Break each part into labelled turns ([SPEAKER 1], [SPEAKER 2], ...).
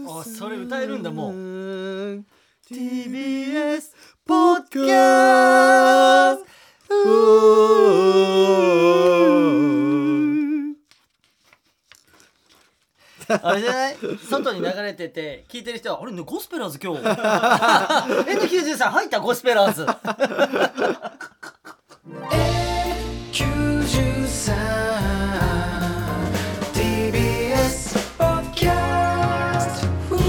[SPEAKER 1] あ、それ歌えるんだもう。
[SPEAKER 2] TBS ポッドキャスト
[SPEAKER 1] あれじゃない？外に流れてて聞いてる人はあれね、ゴスペラーズ今日N93 入ったゴスペラーズ
[SPEAKER 2] 93 TBS ポッドキャスト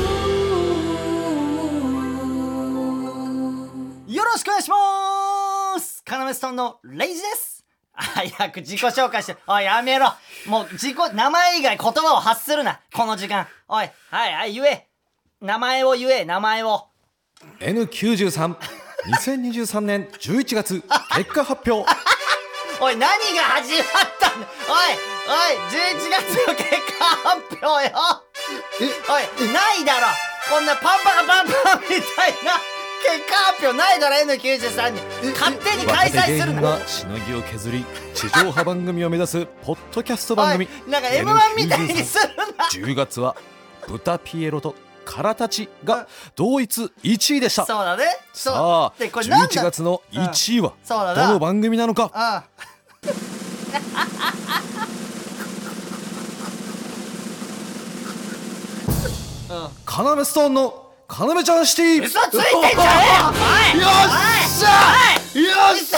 [SPEAKER 1] よろしくお願いします。カナメストーンのレイジです。早く自己紹介して。おい、やめろ。もう名前以外言葉を発するな、この時間。おい、はい言え。名前を言え、名前を。
[SPEAKER 3] N93 2023年11月結果発表
[SPEAKER 1] おい、何が始まったんだ。おい11月の結果発表よ。おい、ないだろこんなパンパカパンパンみたいな結果発表ないだろ。 N93 に勝手に開催するな。
[SPEAKER 3] 若手芸人がしのぎを削り地上波番組を目指すポッドキャスト番組
[SPEAKER 1] おい、なんか M1 みたいにするな。
[SPEAKER 3] 10月は豚ピエロとカラタチが同一1位でした。
[SPEAKER 1] そうだね。
[SPEAKER 3] さあ
[SPEAKER 1] でこれなんだ
[SPEAKER 3] 11月の1位は
[SPEAKER 1] そうだな
[SPEAKER 3] どの番組なのか。
[SPEAKER 1] あ
[SPEAKER 3] カナメストーンのカナメちゃんシティ。
[SPEAKER 1] 嘘ついてんじゃねえよ。おい
[SPEAKER 3] よっしゃよっしゃ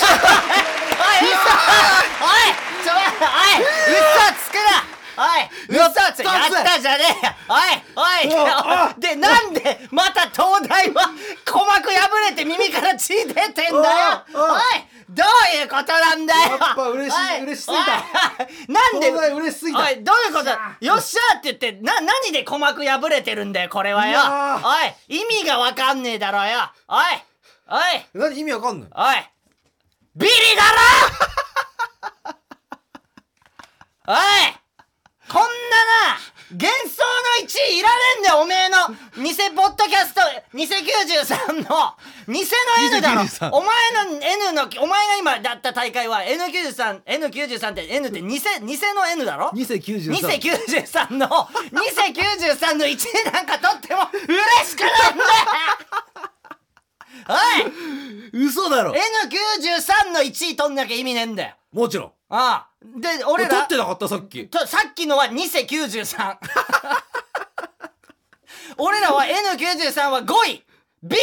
[SPEAKER 1] 嘘つくな。嘘つく。やったじゃねえよ。おいで、なんでまた東大は鼓膜破れて耳から血出てんだよ。おい、どういうことなんだよ。
[SPEAKER 3] やっぱ嬉しすぎた。
[SPEAKER 1] なんで
[SPEAKER 3] 東大嬉しすぎた。
[SPEAKER 1] おい、どういうことよっしゃーって言って何で鼓膜破れてるんだよこれはよ。おい、意味がわかんねえだろよ。おい
[SPEAKER 3] 何意味わかんない。
[SPEAKER 1] おい、ビリだろおい、こんなな幻想の1位いらねえんだよ。おめえの偽ポッドキャスト偽93の偽の N だろ。
[SPEAKER 3] 偽93
[SPEAKER 1] お前の N のお前が今だった大会は N93 って N って偽の N だろ。
[SPEAKER 3] 偽93
[SPEAKER 1] 偽93の1位なんか取っても嬉しくないんだよ。おい、
[SPEAKER 3] 嘘だろ。
[SPEAKER 1] N93 の1位取んなきゃ意味ねえんだよ。
[SPEAKER 3] もちろん
[SPEAKER 1] ああ、で俺ら
[SPEAKER 3] 取ってなかったさっき。
[SPEAKER 1] さっきのは偽93俺らは N93 は5位ビ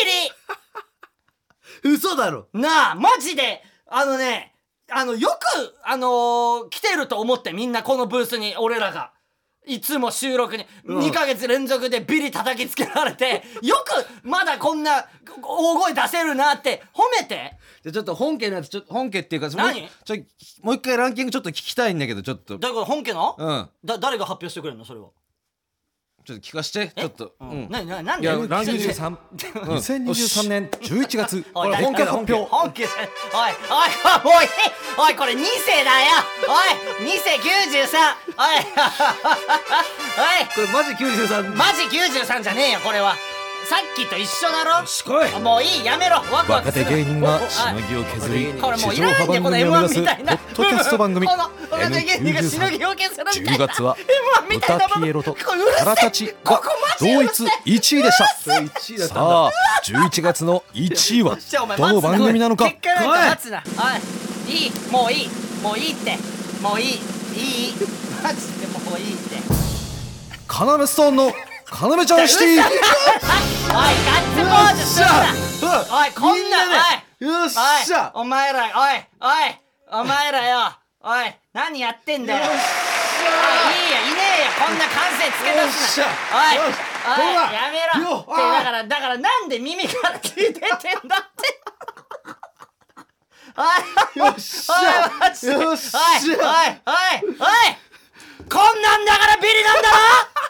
[SPEAKER 3] 嘘だろ。
[SPEAKER 1] リなあ、マジでよく来てると思って、みんなこのブースに俺らがいつも収録に2ヶ月連続でビリ叩きつけられて、よくまだこんな大声出せるなって褒めて。
[SPEAKER 3] じゃちょっと本家のやつ本家っていうか
[SPEAKER 1] 何
[SPEAKER 3] もう一回ランキングちょっと聞きたいんだけど、ちょっと
[SPEAKER 1] だから本家の、誰が発表してくれるのそれは。
[SPEAKER 3] ちょっと聞かしてちょっと。
[SPEAKER 1] なんで
[SPEAKER 3] いやランキング2023年11月これ本家だ本家。
[SPEAKER 1] 本家じゃおいもういい。おいこれ2世だよ。おい2世93。おい
[SPEAKER 3] これマジ93。
[SPEAKER 1] マジ93じゃねえよこれは。さっきと一緒だろ。
[SPEAKER 3] よし来い。
[SPEAKER 1] もういい、やめろ。ワクワク
[SPEAKER 3] 若
[SPEAKER 1] する。
[SPEAKER 3] 手芸人がしのぎを削り
[SPEAKER 1] これもうい
[SPEAKER 3] 地上波
[SPEAKER 1] らないんだよこの
[SPEAKER 3] 番組を目指す
[SPEAKER 1] M1 みたいな
[SPEAKER 3] ポッドキャスト番組
[SPEAKER 1] この若手芸人がしのぎを削るみたいな
[SPEAKER 3] 10月は
[SPEAKER 1] M1 みたいな
[SPEAKER 3] 豚ピエロと
[SPEAKER 1] これうるせえ
[SPEAKER 3] カラタチが
[SPEAKER 1] ここマジ
[SPEAKER 3] 同
[SPEAKER 1] うるせえ
[SPEAKER 3] 一1位でした。さあ11月の1位はどの番組なのか。
[SPEAKER 1] 結果なんか待つな。おい、いい、もういいってもういいマジでもういいって。
[SPEAKER 3] カナメストーンのカナメちゃんシティ。
[SPEAKER 1] おいガッツポーズするな。おいこんな
[SPEAKER 3] よっしゃ。
[SPEAKER 1] おいお前らお前らよ。おい何やってんだよ。いいよ、いねえよこんな歓声つけ出すな。おいやめろって。だからなんで耳から血出てんだって。
[SPEAKER 3] よっしゃよっしゃ。
[SPEAKER 1] おいこんなんだからビリなんだろ。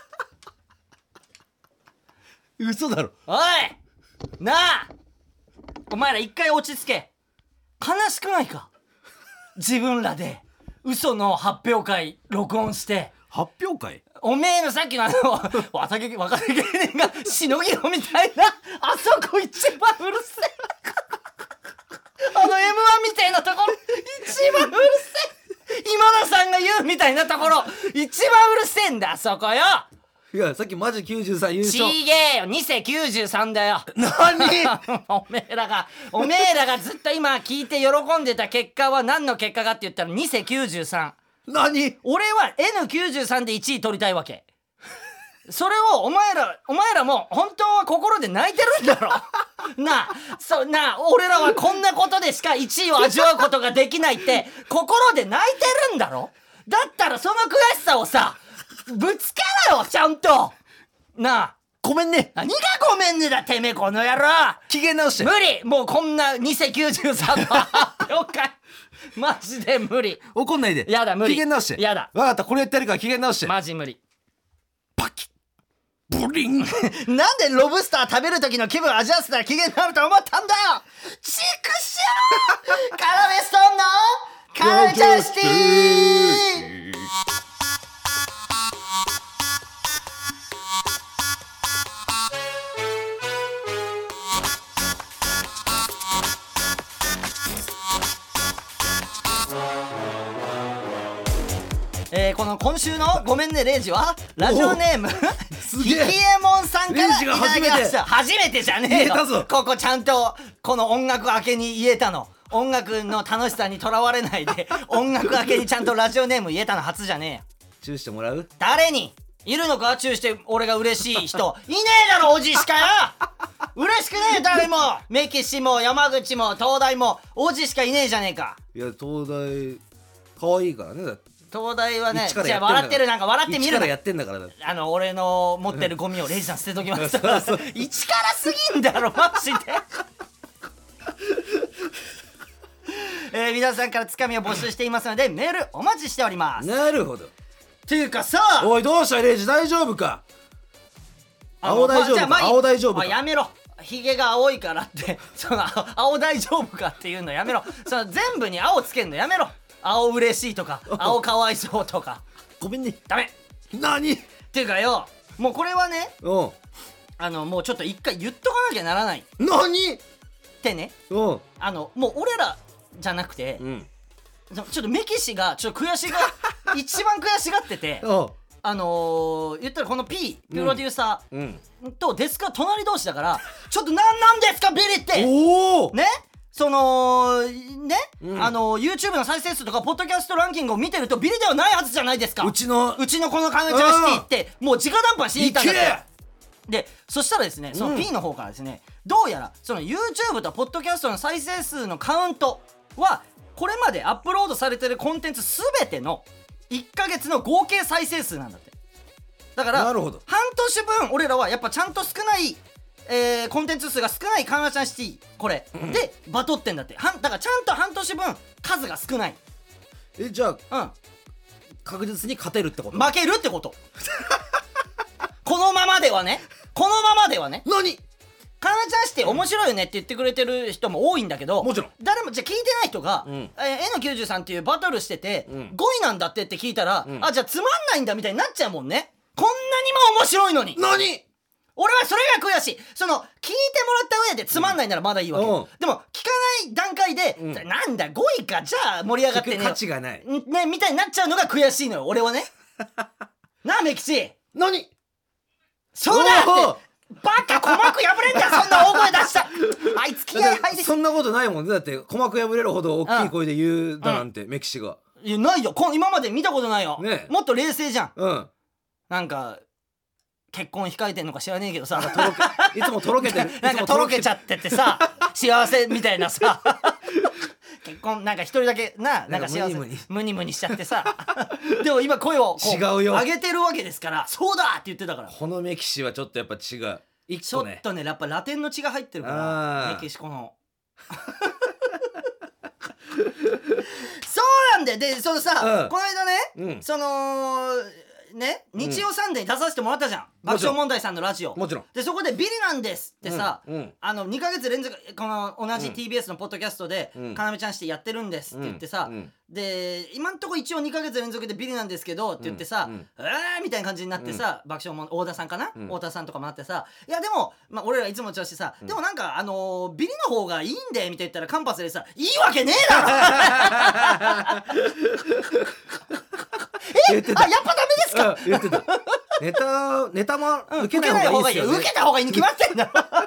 [SPEAKER 3] 嘘だろ。
[SPEAKER 1] おいなあ、お前ら一回落ち着け。悲しくないか、自分らで嘘の発表会録音して。
[SPEAKER 3] 発表会。
[SPEAKER 1] おめえのさっきの若手芸人がしのぎをみたいなあそこ一番うるせえM1 みたいなところ一番うるせえ。今田さんが言うみたいなところ一番うるせえんだあそこよ。
[SPEAKER 4] いやさっきマジ93優
[SPEAKER 1] ち
[SPEAKER 4] 勝
[SPEAKER 1] げえよ、2世93だよ。
[SPEAKER 4] 何
[SPEAKER 1] おめえらがずっと今聞いて喜んでた結果は何の結果かって言ったら2世93。
[SPEAKER 4] 何
[SPEAKER 1] 俺は N93 で1位取りたいわけ。それをお前らも本当は心で泣いてるんだろなあ、俺らはこんなことでしか1位を味わうことができないって心で泣いてるんだろ。だったらその悔しさをさぶつからよ、ちゃんとなあ。
[SPEAKER 4] ごめんね。
[SPEAKER 1] 何がごめんねだてめえこの野郎。
[SPEAKER 4] 機嫌直して
[SPEAKER 1] 無理、もうこんな2世93の発表会マジで無理。
[SPEAKER 4] 怒んないで。
[SPEAKER 1] やだ無理。
[SPEAKER 4] 機嫌直して。
[SPEAKER 1] やだ、
[SPEAKER 4] 分かった、これやってやるから機嫌直して。
[SPEAKER 1] マジ無理。
[SPEAKER 4] パキッブリン
[SPEAKER 1] なんでロブスター食べる時の気分味わせたら機嫌になると思ったんだよ。チクショーカラメストーンのカルチャーシティ。この今週のごめんねレイジはラジオネームひき
[SPEAKER 4] げえ
[SPEAKER 1] えもんさんからいただきま
[SPEAKER 4] レイジが
[SPEAKER 1] した。初めてじゃねえよ
[SPEAKER 4] 言えたぞ。
[SPEAKER 1] ここちゃんとこの音楽明けに言えたの。音楽の楽しさにとらわれないで音楽明けにちゃんとラジオネーム言えたの初じゃねえよ。
[SPEAKER 4] チューしてもらう。
[SPEAKER 1] 誰にいるのか、チューして俺が嬉しい人いねえだろおじしかよ。嬉しくねえ誰も。メキシも山口も東大もおじしかいねえじゃねえか。
[SPEAKER 4] いや東大可愛いからね。だって
[SPEAKER 1] 東大はね、
[SPEAKER 4] 一から
[SPEAKER 1] じゃあ
[SPEAKER 4] やってんだから
[SPEAKER 1] 笑ってる、なんか笑ってみるな。
[SPEAKER 4] 一からやってんだからだって。
[SPEAKER 1] 俺の持ってるゴミをレイジさん捨てときます
[SPEAKER 4] そうそう
[SPEAKER 1] 一からすぎんだろマジで皆さんからつかみを募集していますのでメールお待ちしております。
[SPEAKER 4] なるほど。
[SPEAKER 1] っていうかさ、
[SPEAKER 4] おいどうしたレイジ、大丈夫か。青大丈夫か、
[SPEAKER 1] まあ
[SPEAKER 4] 青大丈夫か。
[SPEAKER 1] やめろ、ヒゲが青いからってその青大丈夫かっていうのやめろ。その全部に青つけんのやめろ。青嬉しいとか青かわいそうとか
[SPEAKER 4] ごめんね。
[SPEAKER 1] ダメ
[SPEAKER 4] 何。
[SPEAKER 1] っていうかよ、もうこれはね
[SPEAKER 4] うん
[SPEAKER 1] もうちょっと一回言っとかなきゃならないっ
[SPEAKER 4] 何。
[SPEAKER 1] てね。
[SPEAKER 4] うん
[SPEAKER 1] もう俺らじゃなくて、
[SPEAKER 4] うん
[SPEAKER 1] ちょっとメキシがちょっと悔しが一番悔しがってて
[SPEAKER 4] うん
[SPEAKER 1] 言ったらこの P プロデューサ
[SPEAKER 4] うん
[SPEAKER 1] ーとデスクは隣同士だからちょっとなんですかビリって
[SPEAKER 4] おお
[SPEAKER 1] ね。そのね、
[SPEAKER 4] うん
[SPEAKER 1] YouTube の再生数とかポッドキャストランキングを見てるとビリではないはずじゃないですか。
[SPEAKER 4] うちの
[SPEAKER 1] このカメちゃんシティってもう直談判しに行ったんだって
[SPEAKER 4] 行け。
[SPEAKER 1] でそしたらですね、その P の方からですね、どうやらその YouTube とポッドキャストの再生数のカウントはこれまでアップロードされてるコンテンツ全ての1ヶ月の合計再生数なんだって。だから
[SPEAKER 4] なるほど。
[SPEAKER 1] 半年分俺らはやっぱちゃんと少ないコンテンツ数が少ないカンナちゃんシティこれ、でバトってんだって。だからちゃんと半年分数が少ない。
[SPEAKER 4] じゃあ
[SPEAKER 1] うん、
[SPEAKER 4] 確実に勝てるってこと。
[SPEAKER 1] 負けるってことこのままではね
[SPEAKER 4] 何。
[SPEAKER 1] カナちゃんシティ面白いよねって言ってくれてる人も多いんだけど、
[SPEAKER 4] もちろん
[SPEAKER 1] 誰もじゃあ聞いてない人が、N93 っていうバトルしてて、5位なんだって聞いたら、あじゃあつまんないんだみたいになっちゃうもんね。こんなにも面白いのに。
[SPEAKER 4] 何。
[SPEAKER 1] 俺はそれが悔しい。その聞いてもらった上でつまんないならまだいいわけ、でも聞かない段階で、なんだ5位かじゃあ盛り上がってね
[SPEAKER 4] 聞く価値がない
[SPEAKER 1] ねみたいになっちゃうのが悔しいのよ俺はねなあメキシ。
[SPEAKER 4] 何。
[SPEAKER 1] そうだってバカ鼓膜破れんだよそんな大声出したあいつ気合入り
[SPEAKER 4] そんなことないもんね。だって鼓膜破れるほど大きい声で言うだなんて、メキシが。
[SPEAKER 1] いやないよ今まで見たことないよ、
[SPEAKER 4] ね
[SPEAKER 1] もっと冷静じゃん。
[SPEAKER 4] うん
[SPEAKER 1] なんか結婚控えてんのか知らねえけどさ
[SPEAKER 4] いつもとろけてる
[SPEAKER 1] なんかとろけちゃっててさ幸せみたいなさ結婚なんか一人だけなんか幸せムニムニしちゃってさでも今声をこ
[SPEAKER 4] 違うよ
[SPEAKER 1] 上げてるわけですからそうだって言ってたから。
[SPEAKER 4] このメキシはちょっとやっぱ違う。一
[SPEAKER 1] ちょ
[SPEAKER 4] 個ね
[SPEAKER 1] っとねやっぱラテンの血が入ってるか
[SPEAKER 4] あ
[SPEAKER 1] ら
[SPEAKER 4] ー
[SPEAKER 1] メキシコのそうなんだよ。でそのさ、この間ね、そのね日曜サンデーに出させてもらったじゃん、爆笑問題さんのラジオ。
[SPEAKER 4] もちろん。
[SPEAKER 1] でそこでビリなんですってさ、
[SPEAKER 4] うん
[SPEAKER 1] 2ヶ月連続この同じ TBS のポッドキャストでかなめちゃんしてやってるんですって言ってさ、で今んとこ一応2ヶ月連続でビリなんですけどって言ってさ、みたいな感じになってさ、爆笑も太田さんかな、太田さんとかもなってさ、いやでも、俺らいつも調子さ、でもなんかビリの方がいいんでみたいに言ったらカンパスでさ、いいわけねえだろ
[SPEAKER 4] 言ってた。
[SPEAKER 1] あやっぱダメですか
[SPEAKER 4] 言ってた。 ネタも
[SPEAKER 1] うん
[SPEAKER 4] 受けない方がいいですよね。
[SPEAKER 1] 受けた方がいいに決まってんだろ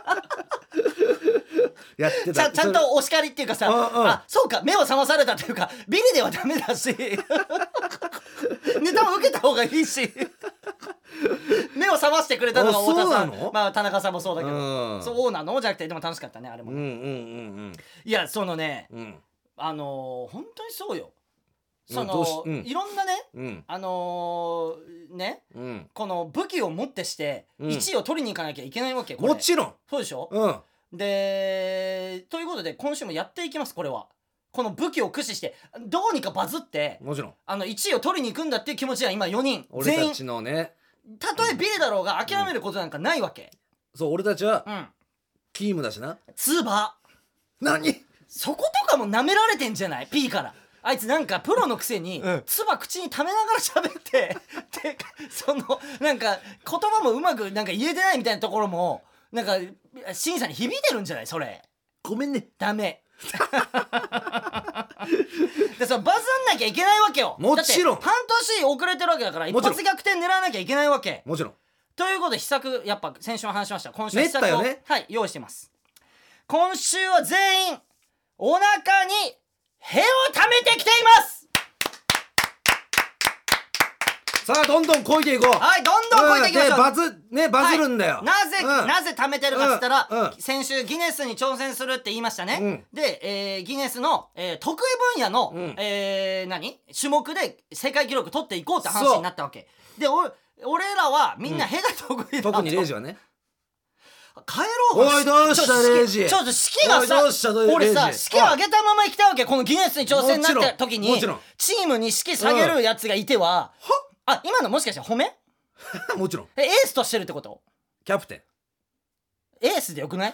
[SPEAKER 4] やってた。
[SPEAKER 1] ちゃんとお叱りっていうかさ、あ、そうか、目を覚まされたというか、ビリではダメだしネタも受けた方がいいし目を覚ましてくれたのが太田さん、
[SPEAKER 4] そうなの？
[SPEAKER 1] まあ田中さんもそうだけど、
[SPEAKER 4] うん
[SPEAKER 1] そうなのじゃなくて、でも楽しかったね、あれもね、
[SPEAKER 4] うんうんうん
[SPEAKER 1] いや、そのね、
[SPEAKER 4] うんうん
[SPEAKER 1] 本当にそうよ。そ
[SPEAKER 4] どうし
[SPEAKER 1] の、
[SPEAKER 4] うん
[SPEAKER 1] いろんなね、
[SPEAKER 4] うん
[SPEAKER 1] ね、
[SPEAKER 4] うん
[SPEAKER 1] この武器を持ってして
[SPEAKER 4] うん
[SPEAKER 1] 1位を取りに行かなきゃいけないわけ、これ
[SPEAKER 4] もちろん。
[SPEAKER 1] そうでしょ、
[SPEAKER 4] うん
[SPEAKER 1] で、ということで今週もやっていきます。これはこの武器を駆使してどうにかバズって
[SPEAKER 4] もちろん。
[SPEAKER 1] 1位を取りに行くんだっていう気持ちは今4人全員、
[SPEAKER 4] 俺たちのね、
[SPEAKER 1] たとえビリだろうが諦めることなんかないわけ。
[SPEAKER 4] そう俺たちは
[SPEAKER 1] うん、
[SPEAKER 4] キームだしな。
[SPEAKER 1] ツーバー
[SPEAKER 4] 何？
[SPEAKER 1] そことかも舐められてんじゃない P から。あいつなんかプロのくせに
[SPEAKER 4] うん
[SPEAKER 1] 唾口に溜めながら喋ってで、そのなんか言葉もうまくなんか言えてないみたいなところもなんか審査に響いてるんじゃない？それ
[SPEAKER 4] ごめんね。
[SPEAKER 1] ダメで、そのバズんなきゃいけないわけよ。
[SPEAKER 4] もちろん
[SPEAKER 1] だって半年遅れてるわけだから一
[SPEAKER 4] もちろん
[SPEAKER 1] 発逆転狙わなきゃいけないわけ
[SPEAKER 4] もちろん。
[SPEAKER 1] ということで、秘策、やっぱ先週も話しました、今週は秘策を、
[SPEAKER 4] 練ったよね
[SPEAKER 1] はい用意してます。今週は全員お腹に屁を溜めてきています。
[SPEAKER 4] さあどんどんこいでいこう。
[SPEAKER 1] はい、どんどん超えていきましょう。
[SPEAKER 4] バズるんだよ。
[SPEAKER 1] なぜ、
[SPEAKER 4] うん
[SPEAKER 1] なぜ貯めてるかっつったら、
[SPEAKER 4] うんうん
[SPEAKER 1] 先週ギネスに挑戦するって言いましたね、
[SPEAKER 4] うん
[SPEAKER 1] で、ギネスの、得意分野の、
[SPEAKER 4] うん
[SPEAKER 1] 種目で世界記録取っていこうって話になったわけで、俺らはみんな屁が得意だと、
[SPEAKER 4] 特にレイジはね。
[SPEAKER 1] 帰ろう。
[SPEAKER 4] おいどうしたレイジ。
[SPEAKER 1] ちょっと式がさ
[SPEAKER 4] おいどうしたレイジ
[SPEAKER 1] 俺さ式を上げたまま行きたいわけ。このギネスに挑戦になった時に
[SPEAKER 4] もちろん
[SPEAKER 1] チームに式下げるやつがいては、あ、今のもしかして褒め？
[SPEAKER 4] もちろん。
[SPEAKER 1] エースとしてるってこと？
[SPEAKER 4] キャプテン。
[SPEAKER 1] エースでよくない？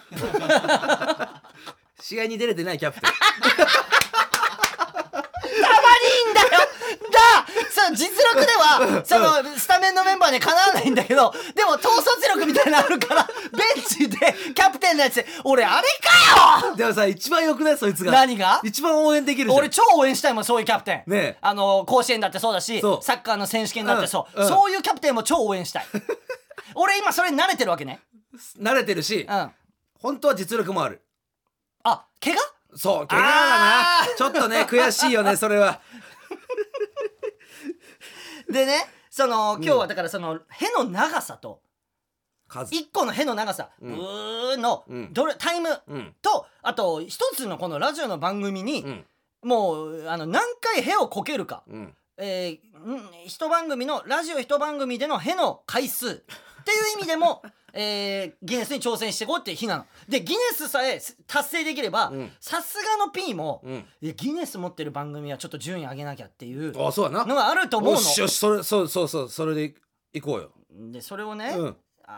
[SPEAKER 4] 試合に出れてないキャプテン。
[SPEAKER 1] たまにいいんだよ。そう実力ではそのスタメンのメンバーにかなわないんだけど、でも統率力みたいなのあるからベンチでキャプテンのやつ、俺あれかよ。
[SPEAKER 4] でもさ一番良くないそいつが。
[SPEAKER 1] 何が？
[SPEAKER 4] 一番応援できるじゃん。
[SPEAKER 1] 俺超応援したいもん、そういうキャプテン。
[SPEAKER 4] ねえ
[SPEAKER 1] 甲子園だってそうだし、
[SPEAKER 4] そう
[SPEAKER 1] サッカーの選手権だってそう、
[SPEAKER 4] うん
[SPEAKER 1] そういうキャプテンも超応援したい。俺今それに慣れてるわけね。
[SPEAKER 4] 慣れてるし、
[SPEAKER 1] うん。
[SPEAKER 4] 本当は実力もある。
[SPEAKER 1] あ、怪我？
[SPEAKER 4] そう怪我だ
[SPEAKER 1] あ
[SPEAKER 4] な。ちょっとね悔しいよねそれは。
[SPEAKER 1] でね、その今日はだからそのへの長さと
[SPEAKER 4] 数。
[SPEAKER 1] 一個のへの長さ、
[SPEAKER 4] うん
[SPEAKER 1] の
[SPEAKER 4] うん
[SPEAKER 1] タイム
[SPEAKER 4] うん
[SPEAKER 1] と、あと一つのこのラジオの番組に、
[SPEAKER 4] うん
[SPEAKER 1] もう何回へをこけるか、
[SPEAKER 4] うん
[SPEAKER 1] 一番組のラジオ一番組でのへの回数っていう意味でもギネスに挑戦していこうっていう日なので、ギネスさえ達成できれば
[SPEAKER 4] うん
[SPEAKER 1] さすがの P も、
[SPEAKER 4] うん。
[SPEAKER 1] いやギネス持ってる番組はちょっと順位上げなきゃっていう
[SPEAKER 4] あそうやな。
[SPEAKER 1] のがあると思うの
[SPEAKER 4] よしよしそれで行こうよ。
[SPEAKER 1] で、それをね、
[SPEAKER 4] うん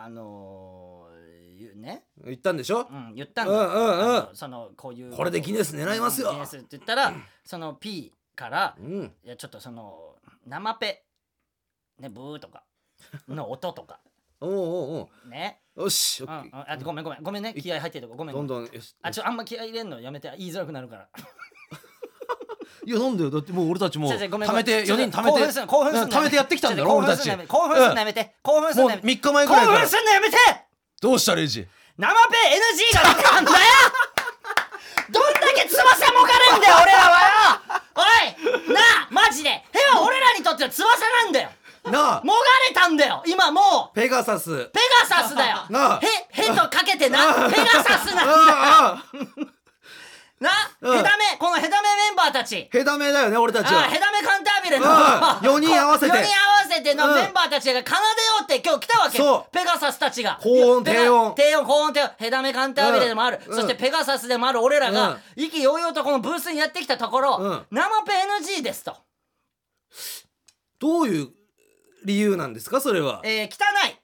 [SPEAKER 1] ね、
[SPEAKER 4] 言ったんでしょ。
[SPEAKER 1] 言ったんだ、そのこういう
[SPEAKER 4] これでギネス狙いますよ
[SPEAKER 1] ギネスって言ったら、その P から
[SPEAKER 4] うん
[SPEAKER 1] いやちょっとその生ペねブーとかの音とか
[SPEAKER 4] おうおうお
[SPEAKER 1] ね、
[SPEAKER 4] うよしオッケ
[SPEAKER 1] あごめんね、気合入ってるとこごめん
[SPEAKER 4] ーどんどんよし。
[SPEAKER 1] あんま気合入れんのやめて、言いづらくなるから。
[SPEAKER 3] いやなんだよ、だってもう俺たちも
[SPEAKER 1] 違う違うごめん
[SPEAKER 3] 貯めて4人貯めて
[SPEAKER 1] 興奮すんの
[SPEAKER 3] 貯めてやってきたんだろ俺たち。
[SPEAKER 1] 興奮すんのやめて、興奮すん
[SPEAKER 3] もう
[SPEAKER 1] のやめて、
[SPEAKER 3] 3日前ぐらいから
[SPEAKER 1] 興奮すんのやめて。
[SPEAKER 3] どうしたレイジ。
[SPEAKER 1] 生ペ NG が出たんだよ。どんだけ翼もがれんだよ俺らはよ。おいなあ、マジでへは俺らにとっては翼なんだよ。
[SPEAKER 4] なあ
[SPEAKER 1] もがれたんだよ今もう。
[SPEAKER 4] ペガサス。
[SPEAKER 1] ペガサスだよ。
[SPEAKER 4] なあ
[SPEAKER 1] へとかけてな、ペガサスなんだよ
[SPEAKER 4] ああ
[SPEAKER 1] な、
[SPEAKER 4] うん
[SPEAKER 1] ヘダメ、このヘダメメンバーたち、
[SPEAKER 4] ヘダメだよね俺たちは。
[SPEAKER 1] ヘダメカンタービレの
[SPEAKER 4] 4人合わせて
[SPEAKER 1] 4人合わせてのメンバーたちが奏でようって今日来たわけ。
[SPEAKER 4] そう
[SPEAKER 1] ペガサスたちが
[SPEAKER 4] 高音低音
[SPEAKER 1] 高音低音、ヘダメカンタービレでもある、
[SPEAKER 4] うん
[SPEAKER 1] そしてペガサスでもある俺らが意気揚々とこのブースにやってきたところ、
[SPEAKER 4] うん
[SPEAKER 1] 生ペ NG ですと、
[SPEAKER 4] どういう理由なんですかそれは。
[SPEAKER 1] 汚い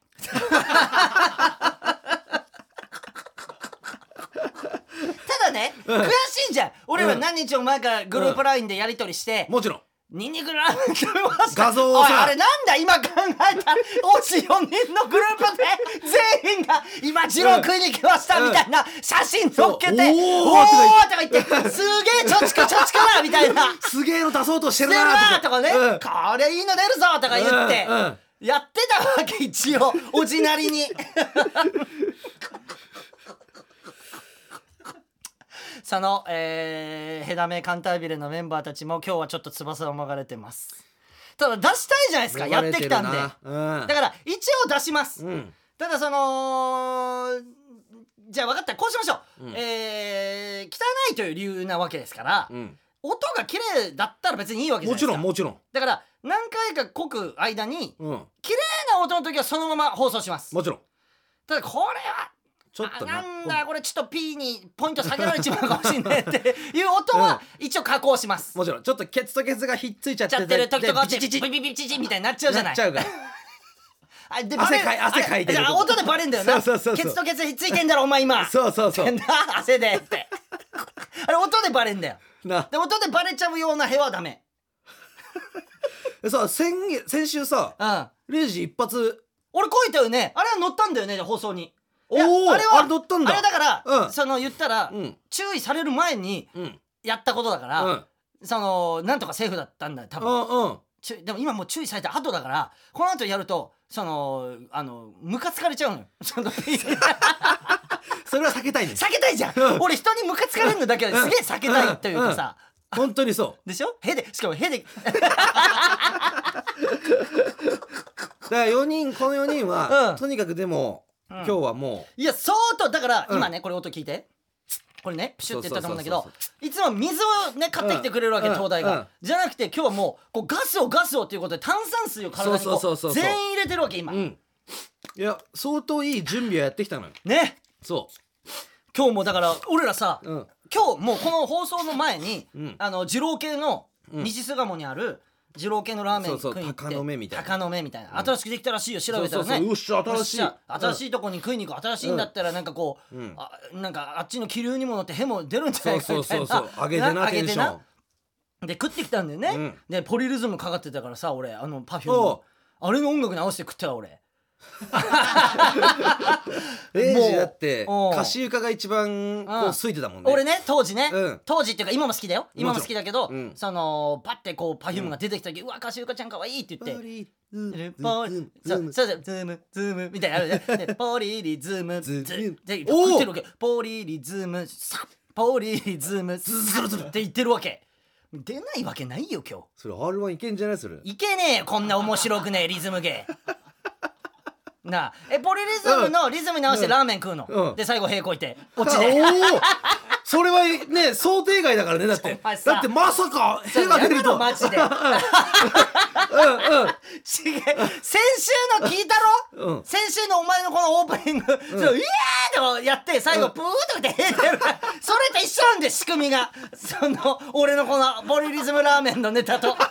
[SPEAKER 1] ただね、悔しいじゃん。俺ら何日も前からグループ LINE でやり取りして、
[SPEAKER 4] もちろん
[SPEAKER 1] ニンニクラーメン食べました。
[SPEAKER 4] 画像をさ
[SPEAKER 1] おいあれなんだ今考えたオチ4人のグループで全員が今二郎食いに来ましたみたいな写真載っけて、
[SPEAKER 4] そう
[SPEAKER 1] おー
[SPEAKER 4] おー
[SPEAKER 1] とか言ってすげえちょちくなみたいな
[SPEAKER 4] すげえの出そうとしてる
[SPEAKER 1] してる
[SPEAKER 4] な
[SPEAKER 1] なとかね、これいいの出るぞとか言って、 やってたわけ一応おじなりにその、ヘダメカンタービレのメンバーたちも今日はちょっと翼をもがれてます。ただ出したいじゃないですか、やってきたんで、だから一応出します、ただそのじゃあ分かった、こうしましょう、汚いという理由なわけですから、音が綺麗だったら別にいいわけじゃないですか。
[SPEAKER 4] もちろん
[SPEAKER 1] だから何回かこく間に、綺麗な音の時はそのまま放送します。
[SPEAKER 4] もちろん。
[SPEAKER 1] ただこれは
[SPEAKER 4] ちょっと
[SPEAKER 1] なんだこれちょっと P にポイント下げられちまうかもしれないっていう音は一応加工します。
[SPEAKER 4] もちろんちょっとケツとケツがひっついちゃって
[SPEAKER 1] る時とかビビビビチみたいになっちゃうじゃない。
[SPEAKER 4] なっちゃうから
[SPEAKER 1] あで
[SPEAKER 4] 汗かいてる
[SPEAKER 1] 音でバレんだよな。
[SPEAKER 4] そう
[SPEAKER 1] ケツとケツひっついてんだろお前今。
[SPEAKER 4] そう
[SPEAKER 1] 汗でってあれ音でバレんだよ
[SPEAKER 4] な。
[SPEAKER 1] で音でバレちゃうような部はダメ。
[SPEAKER 4] さ先週さ、0時一発
[SPEAKER 1] 俺こいたよね。あれは乗ったんだよね放送に。
[SPEAKER 4] あれ乗ったんだ。
[SPEAKER 1] あれだから、その言ったら、注意される前にやったことだから、そのなんとかセーフだったんだよ多分。でも今もう注意された後だから、この後やるとそのムカつかれちゃうのよ。それは
[SPEAKER 4] 避けたいね。
[SPEAKER 1] 避けたいじゃん。俺人にムカつかれるのだけですげえ避けたいというかさ。
[SPEAKER 4] 本当にそう
[SPEAKER 1] でしょ。しかもだ
[SPEAKER 4] からこの4人は、とにかくでも、今日はも
[SPEAKER 1] ういや相当だから、今ねこれ音聞いて、これねプシュって言ったと思うんだけど、いつも水をね買ってきてくれるわけ、東大が、じゃなくて今日はもうこうガスをっていうことで炭酸水を体にこう全員入れてるわけ今。い
[SPEAKER 4] や相当いい準備をやってきたのよ
[SPEAKER 1] ね。
[SPEAKER 4] そう
[SPEAKER 1] 今日もだから俺らさ、今日もうこの放送の前に、二郎系の西巣鴨にある二郎系のラーメン食いに行って、
[SPEAKER 4] 鷹の目みたいな、
[SPEAKER 1] 新しくできたらしいよ。調べたらね、
[SPEAKER 4] 新しい
[SPEAKER 1] とこに食いに行こう。新しいんだったらなんかこう、なんかあっちの気流にも乗ってへも出るんじゃないかみたいな。
[SPEAKER 4] 上げてなテンション
[SPEAKER 1] で食ってきたんだよね。でポリリズムかかってたからさ、俺パフュームあれの音楽に合わせて食ったわ俺。
[SPEAKER 4] レイジだって歌手床が一番こう空いてたもんね。
[SPEAKER 1] 俺ね当時っていうか今も好きだよ。今も好きだけど、そのパッてこうパフュームが出てきた時、うわ歌手床ちゃんかわいいって言って、ズームみたいなあるね。ポリリズムズって言ってるわけ。ポリリズムサポリリズムズズズって言ってるわけ。出ないわけないよ今日。
[SPEAKER 4] それ R1 いけんじゃない？それ
[SPEAKER 1] いけねえよこんな面白くねえリズム芸なあ。ポリリズムのリズムに合わせてラーメン食うの、で最後平行いて落ちで
[SPEAKER 4] それはね想定外だからね。だってまさか手が出ると
[SPEAKER 1] マジで違う先週の聞いたろ、先週のお前のこのオープニング、イエーイとやって最後プーッとってそれと一緒なんで仕組みが。その俺のこのポリリズムラーメンのネタと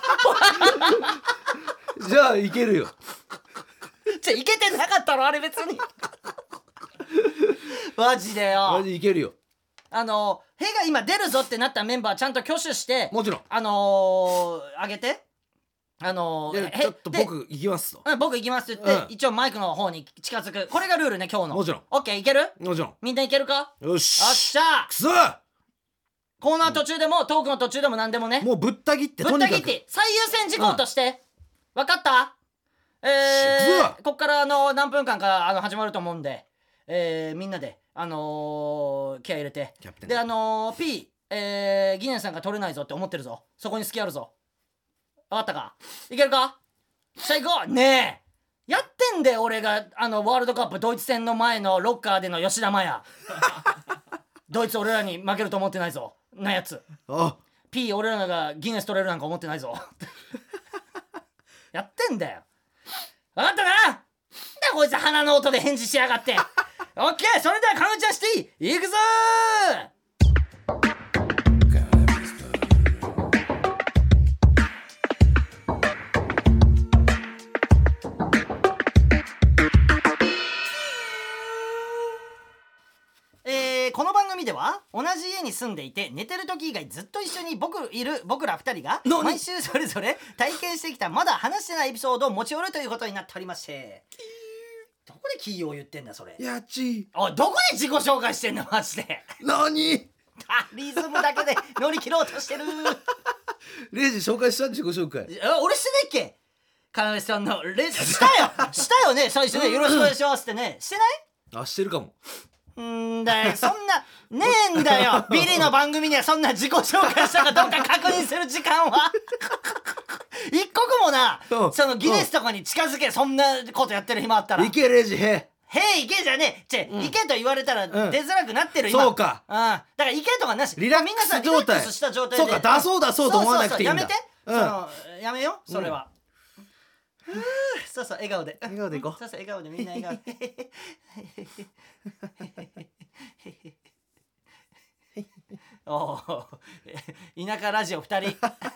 [SPEAKER 4] じゃあいけるよ。
[SPEAKER 1] いけてなかったろあれ別にマジでよ。
[SPEAKER 4] マジいけるよ。
[SPEAKER 1] へが今出るぞってなったメンバーちゃんと挙手して、
[SPEAKER 4] もちろん
[SPEAKER 1] あげて、
[SPEAKER 4] ちょっと僕行きますと、
[SPEAKER 1] 僕行きますって言って、一応マイクの方に近づく。これがルールね今日の。
[SPEAKER 4] もちろん。
[SPEAKER 1] オッケーいける？
[SPEAKER 4] もちろん。
[SPEAKER 1] みんないけるか？
[SPEAKER 4] よし。
[SPEAKER 1] よっしゃ
[SPEAKER 4] くそ。
[SPEAKER 1] コーナー途中でもトークの途中でも何でもね、
[SPEAKER 4] もうぶった切って
[SPEAKER 1] 最優先事項として、分かった？こっから何分間か始まると思うんで、みんなで気合い入れて、でP ギネスさんが取れないぞって思ってるぞ。そこに隙あるぞ。分かったか？いけるか？さあ行こうねえ。やってんで俺がワールドカップドイツ戦の前のロッカーでの吉田麻也ドイツ俺らに負けると思ってないぞなやつ。P 俺らがギネス取れるなんか思ってないぞやってんだよ。分かったな。なんだこいつ鼻の音で返事しやがってオッケー、それではカウンチャーシティ行くぞこの番組では同じ家に住んでいて寝てる時以外ずっと一緒に僕ら2人が毎週それぞれ体験してきたまだ話してないエピソードを持ち寄るということになっておりまして、どこでキーを言ってんだそれ。
[SPEAKER 4] やっち
[SPEAKER 1] おいどこで自己紹介してんのマジで。
[SPEAKER 4] 何
[SPEAKER 1] リズムだけで乗り切ろうとしてる
[SPEAKER 4] レイジ紹介した自己紹介。
[SPEAKER 1] 俺してないっけ？ カナメさんのしたよね最初ね、よろしくお願いしますってね、してない？
[SPEAKER 4] あ、してるかも。
[SPEAKER 1] んだよ、そんなねえんだよビリの番組にはそんな自己紹介したかどうか確認する時間は一刻もな、そのギネスとかに近づけ、そんなことやってる暇あったら。
[SPEAKER 4] いけレジへ。
[SPEAKER 1] へい、行けじゃねえ。行けと言われたら出づらくなってる今。
[SPEAKER 4] そうか。
[SPEAKER 1] だから行けとかなし。
[SPEAKER 4] リラックス状態。
[SPEAKER 1] リラックスした状態で。
[SPEAKER 4] そうか、出そうと思わなくていいんだ。
[SPEAKER 1] やめて。やめよそれは。そうそう、笑顔で。
[SPEAKER 4] 笑顔でいこう。
[SPEAKER 1] そうそう、笑顔でみんな笑顔で。おお、田舎ラジオ2人。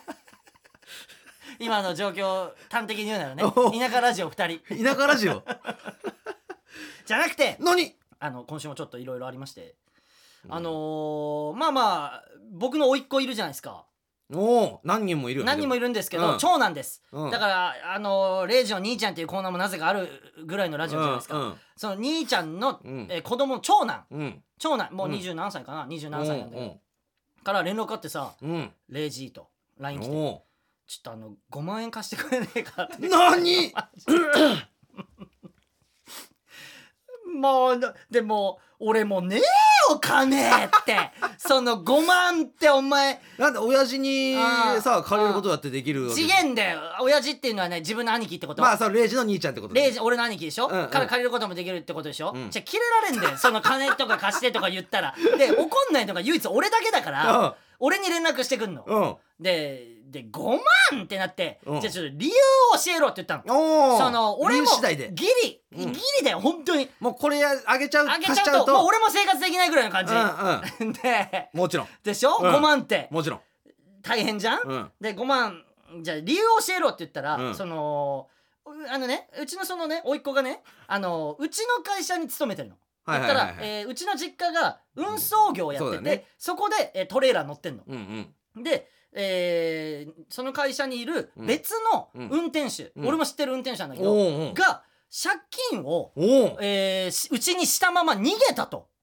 [SPEAKER 1] 今の状況端的に言うならね、田舎ラジオ2人。
[SPEAKER 4] 田舎ラジオ
[SPEAKER 1] じゃなくて、
[SPEAKER 4] 何？
[SPEAKER 1] 今週もちょっといろいろありまして、まあ僕の甥っ子いるじゃないですか。
[SPEAKER 4] 何人もいるよね。
[SPEAKER 1] 何人もいるんですけど、長男です、
[SPEAKER 4] だ
[SPEAKER 1] からレイジの兄ちゃんっていうコーナーもなぜかあるぐらいのラジオじゃないですか、その兄ちゃんの、子供の長男、もう20何歳かな、20何歳なんだけど、から連絡あってさ、レイジと LINE 来て、ちょっと5万円貸してくれねえかって。
[SPEAKER 4] 何
[SPEAKER 1] もうでも俺もねえよ金ってその5万ってお前
[SPEAKER 4] なんで親父にさ借りることだってできるわけ？
[SPEAKER 1] 次元だよ。親父っていうのはね、自分の兄貴ってこと。
[SPEAKER 4] まあそのレイジの兄ちゃんってこと。
[SPEAKER 1] レイジ俺の兄貴でしょ、から借りることもできるってことでしょ、じゃあキレられんだよその金とか貸してとか言ったら。で怒んないのが唯一俺だけだから、俺に連絡してくんの、で5万ってなって、じゃあちょっと理由を教えろって言ったの。その俺もギリだよ本当に。
[SPEAKER 4] もうこれあげちゃう
[SPEAKER 1] ともう俺も生活できないぐらいの感じ、で
[SPEAKER 4] もちろん
[SPEAKER 1] でしょ、5万って
[SPEAKER 4] もちろん
[SPEAKER 1] 大変じゃん、で5万じゃあ理由を教えろって言ったら、そのうちのそのね甥っ子がねうちの会社に勤めてるの。だったらうちの実家が運送業をやってて、そこでトレーラー乗ってんの。でその会社にいる別の運転手、俺も知ってる運転手なんだけど、が借金をうちにしたまま逃げたと。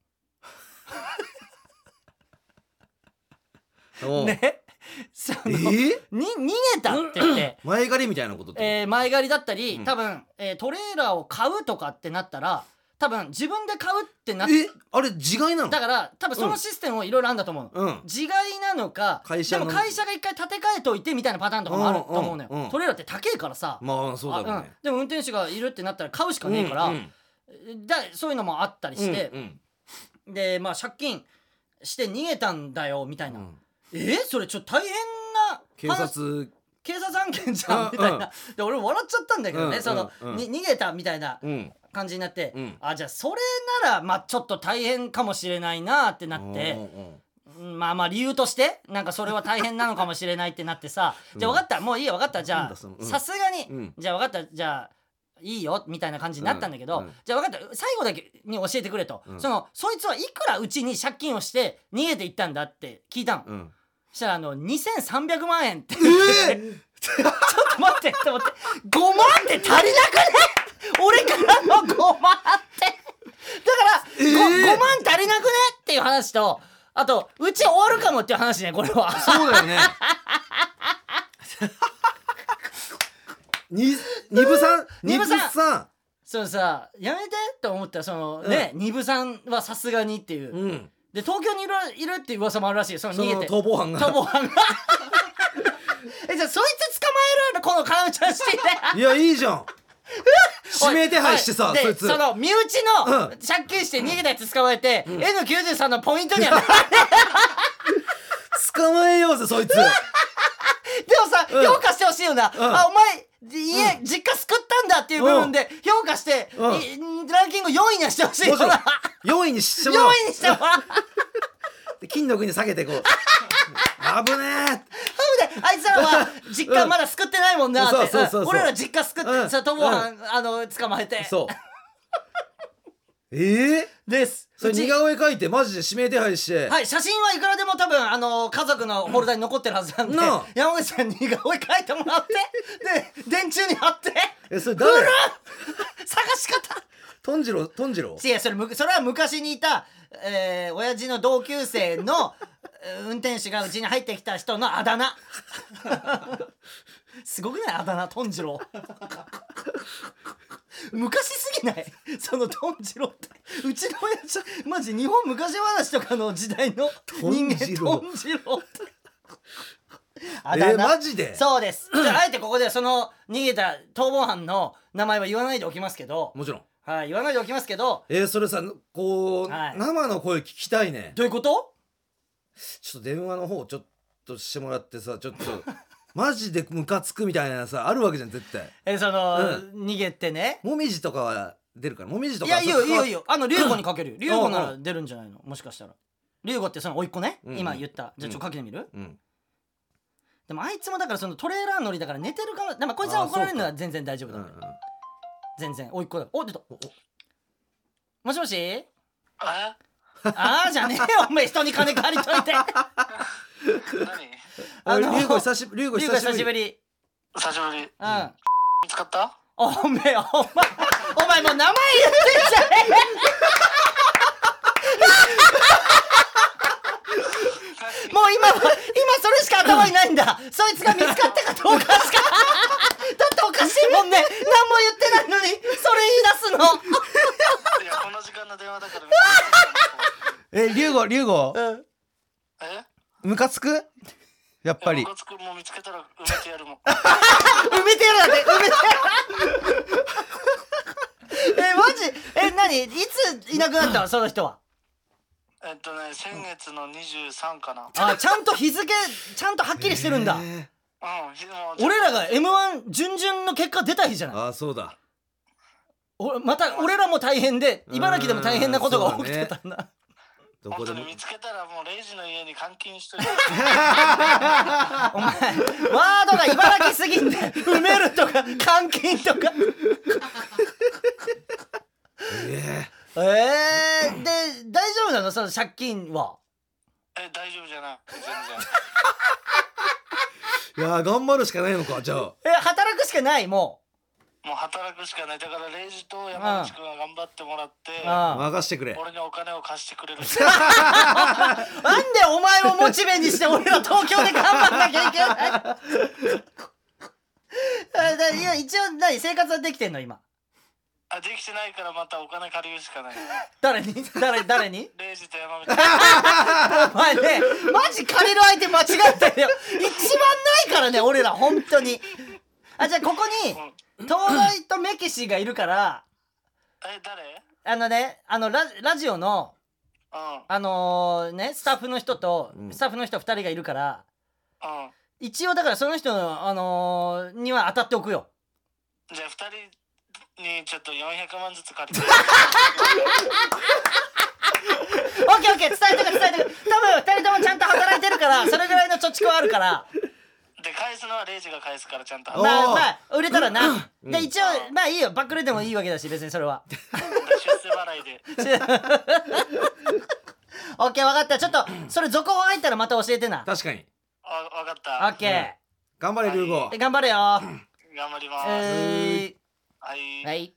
[SPEAKER 1] ね、逃げたって言って
[SPEAKER 4] 前借りみたいなことって、
[SPEAKER 1] 前借りだったり、多分トレーラーを買うとかってなったら多分自分で買うってなって、
[SPEAKER 4] あれ自害なの？
[SPEAKER 1] だから多分そのシステムもいろいろあるんだと思うの、自害なのか、でも会社が一回建て替えといてみたいなパターンとかもあると思うのよ、トレーラーって高えからさ。
[SPEAKER 4] まあそうだよね、
[SPEAKER 1] でも運転手がいるってなったら買うしかねえから、そういうのもあったりして、でまあ借金して逃げたんだよみたいな、それちょっと大変な
[SPEAKER 4] 警察
[SPEAKER 1] 案件じゃんみたいな、で俺も笑っちゃったんだけどね、逃げたみたいな感じになって、じゃあそれならまあちょっと大変かもしれないなってなって、まあ理由としてなんかそれは大変なのかもしれないってなってさ、じゃあ分かった、もういいよ分かった、じゃあさすがに、じゃあ分かった、じゃあいいよみたいな感じになったんだけど、じゃあ分かった、最後だけに教えてくれと、そいつはいくらうちに借金をして逃げていったんだって聞いたの、そしたら2300万円ってちょっと待ってって思って、5万って足りなくね俺からの5万ってだから、5万足りなくねっていう話と、あとうち終わるかもっていう話ね、これは。
[SPEAKER 4] そうだよね二部さん
[SPEAKER 1] そうさ、やめてと思ったら、そのね、二部さんはさすがにっていう、で東京にいるっていう噂もあるらしいよ、その逃げて
[SPEAKER 4] 逃亡犯が
[SPEAKER 1] じゃあそいつ捕まえるの、このカナメちゃんシーンで。
[SPEAKER 4] いやいいじゃん指名手配してさ、そいつ
[SPEAKER 1] その身内の借金して逃げたやつ捕まえて、N93 のポイントには
[SPEAKER 4] 捕まえようぜそいつ。でも
[SPEAKER 1] さ、評価してほしいよな、お前実家救ったんだっていう部分で評価して、ランキング4位にはしてほしいよな。
[SPEAKER 4] 4位にしてもらう。
[SPEAKER 1] 4位にしてもらう。
[SPEAKER 4] 金の国に下げてこう危ねえ
[SPEAKER 1] あいつらは実家まだ救ってないもんなって、俺ら実家救ってさ、逃亡犯捕まえて、
[SPEAKER 4] そう
[SPEAKER 1] です。
[SPEAKER 4] それ似顔絵描いてマジで指名手配して、
[SPEAKER 1] はい、写真はいくらでも多分家族のフォルダに残ってるはずなんで、山口さんに似顔絵描いてもらってで電柱に貼って、
[SPEAKER 4] それ誰？
[SPEAKER 1] 探し方
[SPEAKER 4] トンジロ
[SPEAKER 1] いや、それは昔にいた親父の同級生の運転手がうちに入ってきた人のあだ名すごくないあだ名トンジロー昔すぎないそのトンジローってうちの親父マジ日本昔話とかの時代の人間トンジローってあだ名
[SPEAKER 4] マジで
[SPEAKER 1] そうですじゃああえてここでその逃げた逃亡犯の名前は言わないでおきますけど
[SPEAKER 4] もちろん
[SPEAKER 1] はい言わないでおきますけど
[SPEAKER 4] それさこう、
[SPEAKER 1] はい
[SPEAKER 4] 生の声聞きたいね。
[SPEAKER 1] どういうこと
[SPEAKER 4] ちょっと電話の方ちょっとしてもらってさちょっとマジでムカつくみたいなさあるわけじゃん絶対。
[SPEAKER 1] その、
[SPEAKER 4] う
[SPEAKER 1] 逃げてね
[SPEAKER 4] もみじとかは出るからもみじとか
[SPEAKER 1] いやいいよいいよいい
[SPEAKER 4] よ。
[SPEAKER 1] よ龍吾にかけるよ龍吾なら出るんじゃないのもしかしたら龍吾ってその甥っ子ね、
[SPEAKER 4] うんうん
[SPEAKER 1] 今言ったじゃあちょっとかけてみる、
[SPEAKER 4] うん
[SPEAKER 1] でもあいつもだからそのトレーラー乗りだから寝てるかもでもこいつは怒られるのは全然大丈夫だ、
[SPEAKER 4] うん
[SPEAKER 1] 全然甥っ子だお出たもしもし
[SPEAKER 2] あ
[SPEAKER 1] あーじゃねえよお前人に金借りといて
[SPEAKER 2] 何
[SPEAKER 4] 龍吾久しぶり。
[SPEAKER 1] 龍吾久しぶり
[SPEAKER 2] 久しぶり
[SPEAKER 1] うん
[SPEAKER 2] 見つかった
[SPEAKER 1] おめえお前もう名前言ってんじゃねえもう今それしか頭にないんだそいつが見つかったかどうかしかだっておかしいもんね何も言ってないのにそれ言い出すの
[SPEAKER 2] いやこの時間の電話だから見つかった
[SPEAKER 4] 龍吾
[SPEAKER 2] え
[SPEAKER 4] ムカつくやっぱり
[SPEAKER 2] ムカつくもう見つけたら埋めてやるもん
[SPEAKER 1] 埋めてやるだって埋めてやるマジ何いついなくなったのその人は
[SPEAKER 2] 先月の23かな
[SPEAKER 1] あちゃんと日付ちゃんとはっきりしてるんだ、
[SPEAKER 2] もう
[SPEAKER 1] 俺らが M1 準々の結果出た日じゃない
[SPEAKER 4] ああそうだ
[SPEAKER 1] また俺らも大変で茨城でも大変なことが起きてたんだ
[SPEAKER 4] どこでも
[SPEAKER 2] 本当に見つけたらもうレイジの家に監禁しといて
[SPEAKER 1] お前ワードが茨城すぎんだよ埋めるとか監禁とかで大丈夫なのその借金は
[SPEAKER 2] 大丈夫じゃない全
[SPEAKER 4] いや頑張るしかないのかじゃあ
[SPEAKER 1] 働くしかないも
[SPEAKER 2] 然もう働くしかないだからレイジと山口くんが頑張ってもらって
[SPEAKER 1] う
[SPEAKER 4] 任してくれ
[SPEAKER 2] 俺にお金を貸してくれる
[SPEAKER 1] なんでお前をモチベにして俺ら東京で頑張んなきゃいけないいや一応生活はできてんの今
[SPEAKER 2] できてないからまたお金借りるしかない
[SPEAKER 1] 誰に
[SPEAKER 2] レイジと山口
[SPEAKER 1] お前ねマジ借りる相手間違ってるよ一番ないからね俺ら本当にじゃあここに東大とメキシがいるから
[SPEAKER 2] 誰
[SPEAKER 1] ラジオの
[SPEAKER 2] うん
[SPEAKER 1] スタッフの人と、スタッフの人2人がいるから一応だからその人のには当たっておくよ
[SPEAKER 2] じゃあ2人にちょっと400万ずつ借りて
[SPEAKER 1] オッケー伝えてく多分2人ともちゃんと働いてるからそれぐらいの貯蓄はあるから
[SPEAKER 2] で返すのはレイジが返すからちゃんと
[SPEAKER 1] まあ売れたらな、で一応まあいいよバックレでもいいわけだし別にそれは
[SPEAKER 2] 出世払いで
[SPEAKER 1] オッケー分かったちょっとそれ続報入ったらまた教えてな
[SPEAKER 4] 確かに
[SPEAKER 2] 分かっ
[SPEAKER 1] オ
[SPEAKER 2] た
[SPEAKER 1] ッケ
[SPEAKER 4] 頑張れ龍吾
[SPEAKER 1] ー頑張れよ
[SPEAKER 2] 頑張りますはい
[SPEAKER 1] はい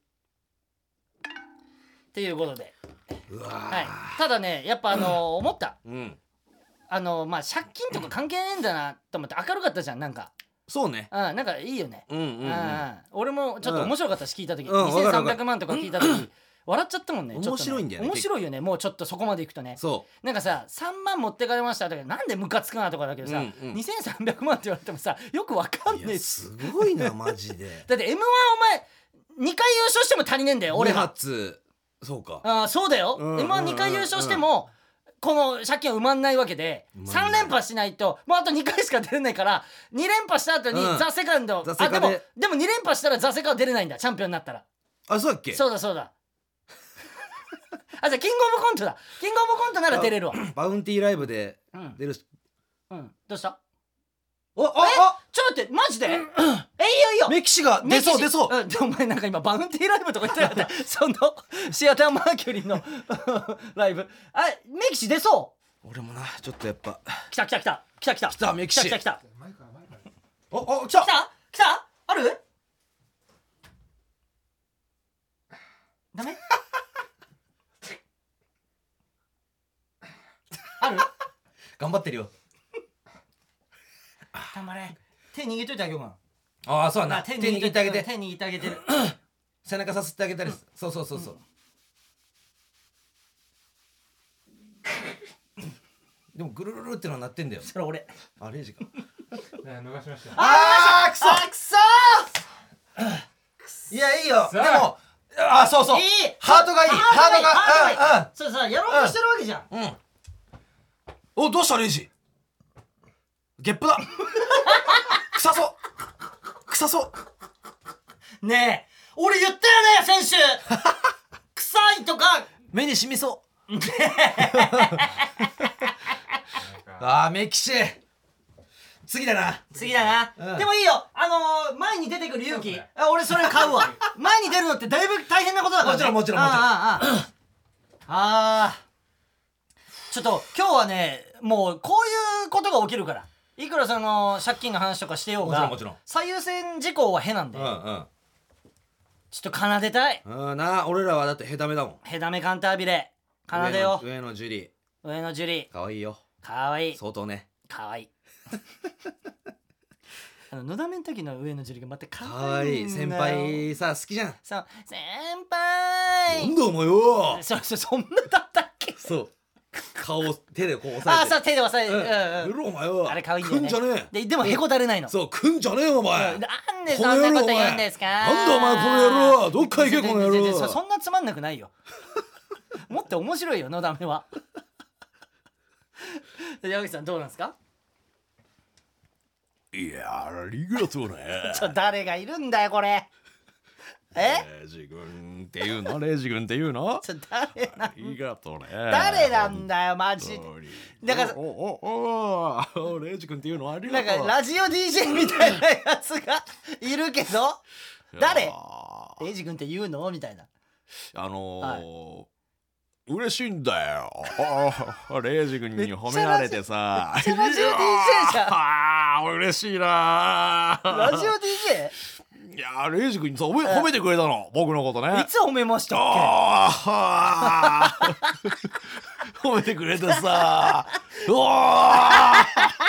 [SPEAKER 1] っていうことで
[SPEAKER 4] うわ
[SPEAKER 1] はいただねやっぱ思った
[SPEAKER 4] うん
[SPEAKER 1] まあ借金とか関係ねえんだなと思って明るかったじゃんなんか
[SPEAKER 4] そうね
[SPEAKER 1] なんかいいよね俺もちょっと面白かったし聞いた時2300万とか聞いた時笑っちゃったもんね
[SPEAKER 4] 面白いんだよね
[SPEAKER 1] 面白いよねもうちょっとそこまでいくとね
[SPEAKER 4] そ
[SPEAKER 1] なんかさ3万持ってかれましたとかなんでムカつくなとかだけどさ2300万って言われてもさよくわかんねえし
[SPEAKER 4] すごいなマジで
[SPEAKER 1] だって M1 お前2回優勝しても足りねえんだよ俺
[SPEAKER 4] 2
[SPEAKER 1] は
[SPEAKER 4] 発そうか
[SPEAKER 1] そうだよ M12 回優勝してもこの借金は埋まんないわけで3連覇しないともうあと2回しか出れないから2連覇した後にザ・セカンドでも2連覇したらザ・セカンド出れないんだチャンピオンになったら
[SPEAKER 4] そうだっけ
[SPEAKER 1] そうだじゃあキングオブコントだキングオブコントなら出れるわ
[SPEAKER 4] バウンティーライブで出る
[SPEAKER 1] どうした
[SPEAKER 4] ちょっと
[SPEAKER 1] 待ってマジでいいよいいよ
[SPEAKER 4] メキシが出そう
[SPEAKER 1] お前なんか今バウンティーライブとか言ってなかったそのシアターマーキュリーのライブメキシ出そう
[SPEAKER 4] 俺もなちょっとやっぱ
[SPEAKER 1] 来た
[SPEAKER 4] メキシ
[SPEAKER 1] 来た
[SPEAKER 4] 来た
[SPEAKER 1] あるダメある
[SPEAKER 4] 頑張ってるよ
[SPEAKER 1] 頑張れ手握っといてあげようか
[SPEAKER 4] ああそうだ
[SPEAKER 1] な。
[SPEAKER 4] な、手握ってあげて、
[SPEAKER 1] 手握ってあげてる。
[SPEAKER 4] 背中さすってあげたり、そうそうそうそう、でもぐるるるってのはなってんだよ。
[SPEAKER 1] それ俺。
[SPEAKER 4] あれ時間
[SPEAKER 3] 逃しました。
[SPEAKER 4] あーくそ
[SPEAKER 1] あ、くそ
[SPEAKER 4] いやいいよ。で
[SPEAKER 3] さあ
[SPEAKER 4] もあそうそう、
[SPEAKER 1] いい
[SPEAKER 4] ハートがいい、ハートが
[SPEAKER 1] そうさ、やろうとしてるわけじゃん。
[SPEAKER 4] うん。お、どうしたレイジ。ゲップだ。臭そう。臭そう。
[SPEAKER 1] ねえ、俺言ったよね、先週。臭いとか。
[SPEAKER 4] 目に染みそう。あー、メキシ。次だな。
[SPEAKER 1] 次だな、
[SPEAKER 4] うん
[SPEAKER 1] でもいいよ、前に出てくる勇気、俺それ買うわ。前に出るのってだいぶ大変なことだからね。
[SPEAKER 4] もちろんもちろんもちろん。
[SPEAKER 1] ちょっと今日はね、もうこういうことが起きるから、いくらその借金の話とかしてようが、
[SPEAKER 4] もちろんもちろん
[SPEAKER 1] 最優先事項はへなんで、ちょっと奏でたい。
[SPEAKER 4] な、俺らはだってヘタメだもん。
[SPEAKER 1] へだめカンタービレ奏でよ。
[SPEAKER 4] 上のジュリ
[SPEAKER 1] 上のジュリ
[SPEAKER 4] ー。かわいいよ。
[SPEAKER 1] かわいい、
[SPEAKER 4] 相当ね。
[SPEAKER 1] かわいい。のだめの時の上のジュリがまたか
[SPEAKER 4] か
[SPEAKER 1] わ
[SPEAKER 4] わいい。
[SPEAKER 1] いいんだよ。
[SPEAKER 4] 先輩さ、好きじゃん。
[SPEAKER 1] そう、先輩。
[SPEAKER 4] なんだお前よ。
[SPEAKER 1] そんなだったっけ。
[SPEAKER 4] そう。顔を手でこう押さえて。
[SPEAKER 1] そう、手で押さえて、
[SPEAKER 4] うろお前よ。
[SPEAKER 1] あれ可愛いんだよね。
[SPEAKER 4] くんじゃねえ。
[SPEAKER 1] でもへこたれないの。
[SPEAKER 4] そう、くんじゃねえよお前。
[SPEAKER 1] なんでそんなこと言うんですか。
[SPEAKER 4] なんだお前この野郎。どっか行けこの野郎。
[SPEAKER 1] そんなつまんなくないよ。もっと面白いよ、のだめは。山口さんどうなんですか。
[SPEAKER 3] いやありがとうね。
[SPEAKER 1] 誰がいるんだよこれ。
[SPEAKER 3] レイジ君っていうの、レイジ君っていうの。
[SPEAKER 1] 誰な
[SPEAKER 3] ありがとうね。
[SPEAKER 1] 誰なんだよマジ。だから
[SPEAKER 3] レイジ君っていうのあり
[SPEAKER 1] なん
[SPEAKER 3] がとう。
[SPEAKER 1] かラジオ DJ みたいなやつがいるけど、誰レイジ君って言うのみたいな。
[SPEAKER 3] 嬉しいんだよ。レイジ君に褒められてさ。
[SPEAKER 1] めっちゃラジオ DJ じゃん。
[SPEAKER 3] あー嬉しいな。
[SPEAKER 1] ラジオ DJ？
[SPEAKER 3] いやレイジ君にさ褒めてくれたの、僕のことね。
[SPEAKER 1] いつ褒めましたっ
[SPEAKER 3] 褒めてくれてさ。うわ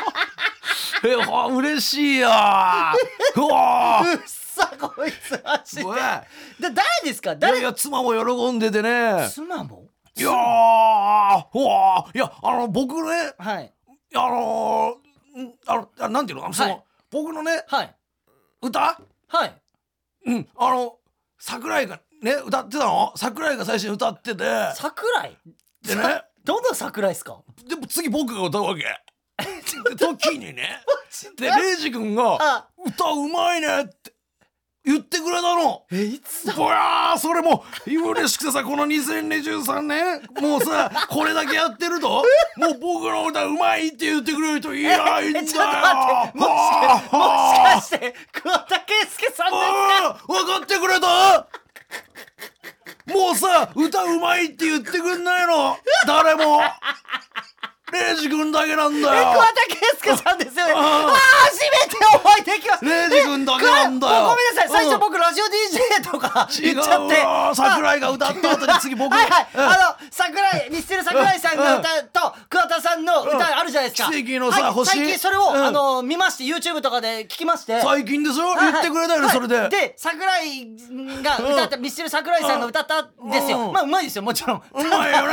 [SPEAKER 3] 嬉しいよ。うわ
[SPEAKER 1] け。うっさこいつマジで。
[SPEAKER 3] うわ
[SPEAKER 1] 誰ですか。
[SPEAKER 3] いや妻も喜んでてね。
[SPEAKER 1] 妻も。
[SPEAKER 3] いやうわいや僕ね、
[SPEAKER 1] はい。
[SPEAKER 3] なんていうの、その僕のね
[SPEAKER 1] はい
[SPEAKER 3] 歌、
[SPEAKER 1] はい。
[SPEAKER 3] 桜井がね歌ってたの。桜井が最初に歌ってて、
[SPEAKER 1] 桜井
[SPEAKER 3] でね、
[SPEAKER 1] どの桜井ですか。
[SPEAKER 3] でも次僕が歌うわけで時にね、でレイジ君が
[SPEAKER 1] あ
[SPEAKER 3] 歌うまいねって言ってくれたの。
[SPEAKER 1] いつだ。
[SPEAKER 3] ぼやーそれも嬉しくてさ、この2023年もうさこれだけやってるともう僕の歌うまいって言ってくれる人いないんだよ。
[SPEAKER 1] ちょっと待って、もしかして桑田佳祐さんですか。
[SPEAKER 3] 分かってくれた。もうさ歌うまいって言ってくんないの誰も。レイジ君だけなんだよ。
[SPEAKER 1] 桑田佳祐さんですよね。初めて覚えてきました。
[SPEAKER 3] レイジ君だけなんだよ。
[SPEAKER 1] ごめんなさい、最初僕ラジオ DJ とか言っちゃって。
[SPEAKER 3] 桜井が歌った後に次僕。
[SPEAKER 1] はいはい、桜井ミスチル桜井さんの歌と桑田さんの歌あるじゃないですか。
[SPEAKER 3] 奇跡のさ星。
[SPEAKER 1] 最近それを見まして、 YouTube とかで聞きまして。
[SPEAKER 3] 最近ですよ。言ってくれたよねそれで。
[SPEAKER 1] で桜井が歌ったミスチル桜井さんが歌ったんですよ。まあうまいですよ、もちろん。
[SPEAKER 3] うまいよね。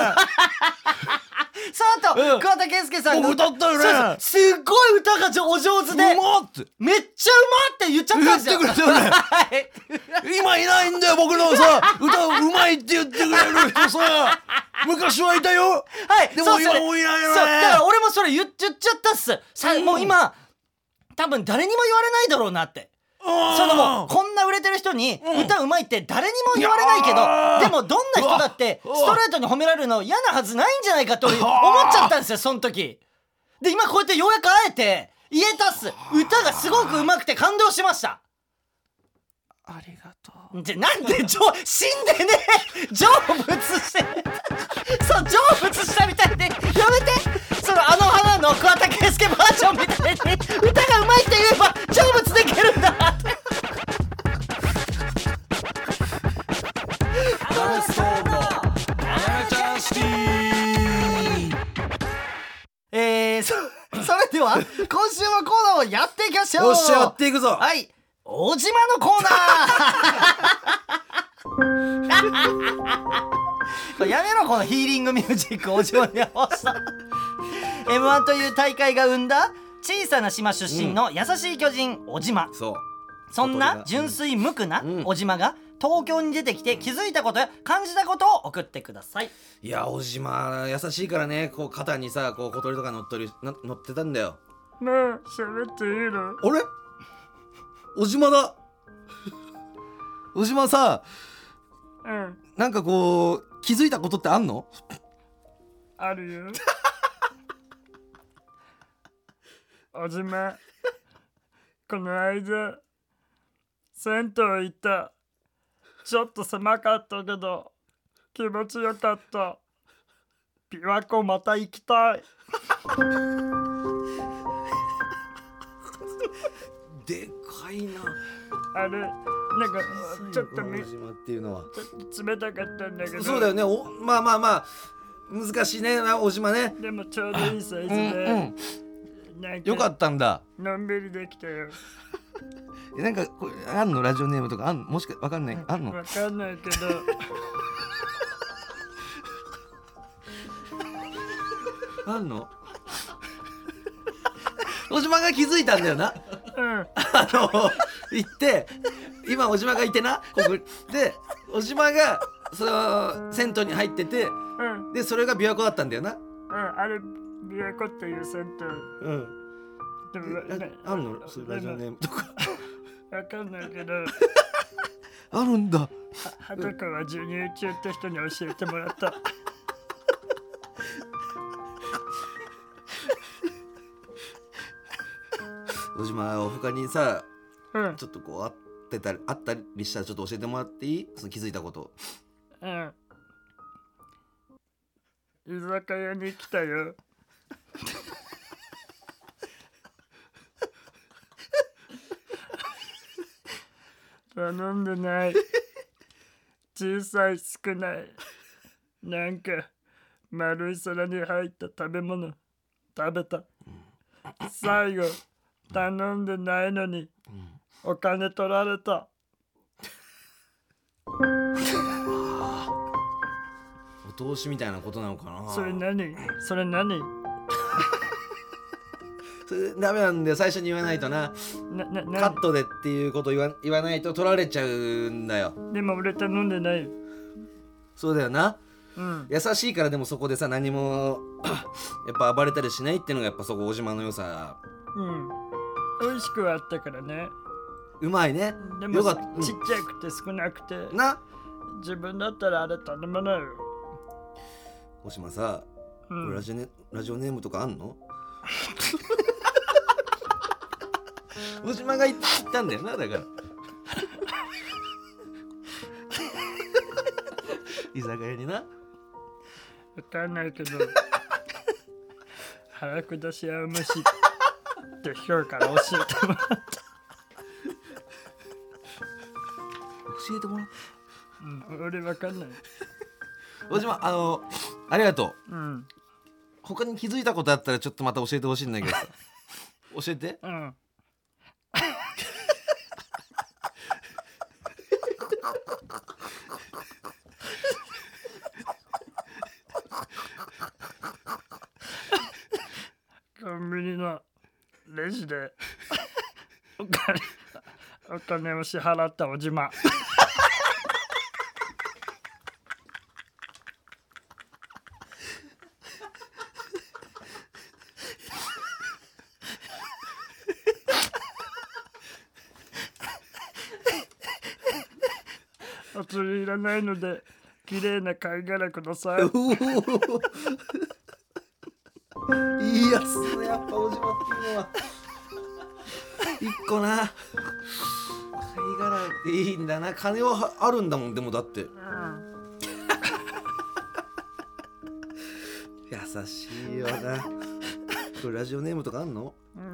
[SPEAKER 1] その後桑田佳祐さんが
[SPEAKER 3] 歌ったよね。
[SPEAKER 1] すっごい歌がお上手で、
[SPEAKER 3] うまって
[SPEAKER 1] めっちゃうまって言っちゃったんですよ。
[SPEAKER 3] 言ってくれたよね。今いないんだよ僕のさ歌うまいって言ってくれる人さ。昔はいたよ。
[SPEAKER 1] はい。
[SPEAKER 3] でも今もいないよね。
[SPEAKER 1] そうだから俺もそれ言っちゃったっす。もう今多分誰にも言われないだろうなって。そのもうこんな売れてる人に歌うまいって誰にも言われないけど、でもどんな人だってストレートに褒められるの嫌なはずないんじゃないかと思っちゃったんですよ、その時で。今こうやってようやく会えて言えたっす。歌がすごくうまくて感動しました。
[SPEAKER 3] ありがと
[SPEAKER 1] う。じゃなんで死んでね成仏してそう成仏したみたいでやめて。その花の桑田佳祐バージョンみたいに歌がうまいって言えば成仏できるんだってそれでは今週もコーナーをややっていきましょう。
[SPEAKER 3] よっしゃやっていくぞ。
[SPEAKER 1] はい小島のコーナーやめろこのヒーリングミュージック小島に合わせたM1 という大会が生んだ小さな島出身の優しい巨人小島、そんな純粋無垢な小島が東京に出てきて気づいたことや感じたことを送ってください。
[SPEAKER 3] いや小島優しいからね、こう肩にさこう小鳥とか乗ってたんだよ。
[SPEAKER 2] ねえ喋っていいの？
[SPEAKER 3] あれ小島だ小島さ、
[SPEAKER 2] うん、
[SPEAKER 3] なんかこう気づいたことってあんの？
[SPEAKER 2] あるよ小島この間銭湯行った。ちょっと狭かったけど気持ちよかった。琵琶湖また行きたい
[SPEAKER 3] でかいな
[SPEAKER 2] あれなんかちょっと
[SPEAKER 3] 小島っていうのは
[SPEAKER 2] ちょっと冷たかったんだけど。
[SPEAKER 3] そうだよね。まあ難しいね小島ね。
[SPEAKER 2] でもちょうどいいサイズで、なんか
[SPEAKER 3] よかったんだ。
[SPEAKER 2] のんびりできたよ。
[SPEAKER 3] なんかこれあんのラジオネームとかあんの？もしかわかんないあんの？
[SPEAKER 2] わかんないけど
[SPEAKER 3] あんの？小島が気づいたんだよな。
[SPEAKER 2] うん
[SPEAKER 3] 行って今小島がいてなここで小島がその銭湯に入ってて、でそれが琵琶湖だったんだよな。
[SPEAKER 2] あれ琵琶湖っていう銭湯。でも
[SPEAKER 3] あんの？それラジオネームとか
[SPEAKER 2] わかんないけど
[SPEAKER 3] あるんだ。
[SPEAKER 2] はとかは授乳中って人に教えてもらった。
[SPEAKER 3] 小島他にさ、ちょっとこうあったりしたらちょっと教えてもらっていい？その気づいたこと。
[SPEAKER 2] 居酒屋に来たよ。頼んでない。小さい少ない。なんか丸い皿に入った食べ物食べた。最後頼んでないのにお金取られた。
[SPEAKER 3] お通しみたいなことなのかな。
[SPEAKER 2] それ何？それ何？
[SPEAKER 3] それダメなんだよ。最初に言わないとな。カットでっていうこと言わないと取られちゃうんだよ。
[SPEAKER 2] でも俺頼んでないよ。
[SPEAKER 3] そうだよな。優しいから。でもそこでさ何もやっぱ暴れたりしないっていうのがやっぱそこ小島の良さ。
[SPEAKER 2] 美味しくはあったからね。
[SPEAKER 3] うまいね。
[SPEAKER 2] でもちっちゃくて少なくて
[SPEAKER 3] な。
[SPEAKER 2] 自分だったらあれ頼まないよ。
[SPEAKER 3] 小島さ、ラジオネームとかあんの？小島が言ったんだよな。だから居酒屋にな。
[SPEAKER 2] わかんないけど腹下し合う虫って人から教えてもらった。
[SPEAKER 3] 教えてもらった。
[SPEAKER 2] 俺わかんない。
[SPEAKER 3] 小島ありがとう。他に気づいたことあったらちょっとまた教えてほしいんだけどさ。教えて。
[SPEAKER 2] コンビニのレジでお金を支払った小島。お釣りいらないので綺麗な貝殻ください。
[SPEAKER 3] いいやつねやっぱ小島っていうのは。一個な貝殻っていいんだな。金はあるんだもん。でもだって優しいよな。これラジオネームとかあんの？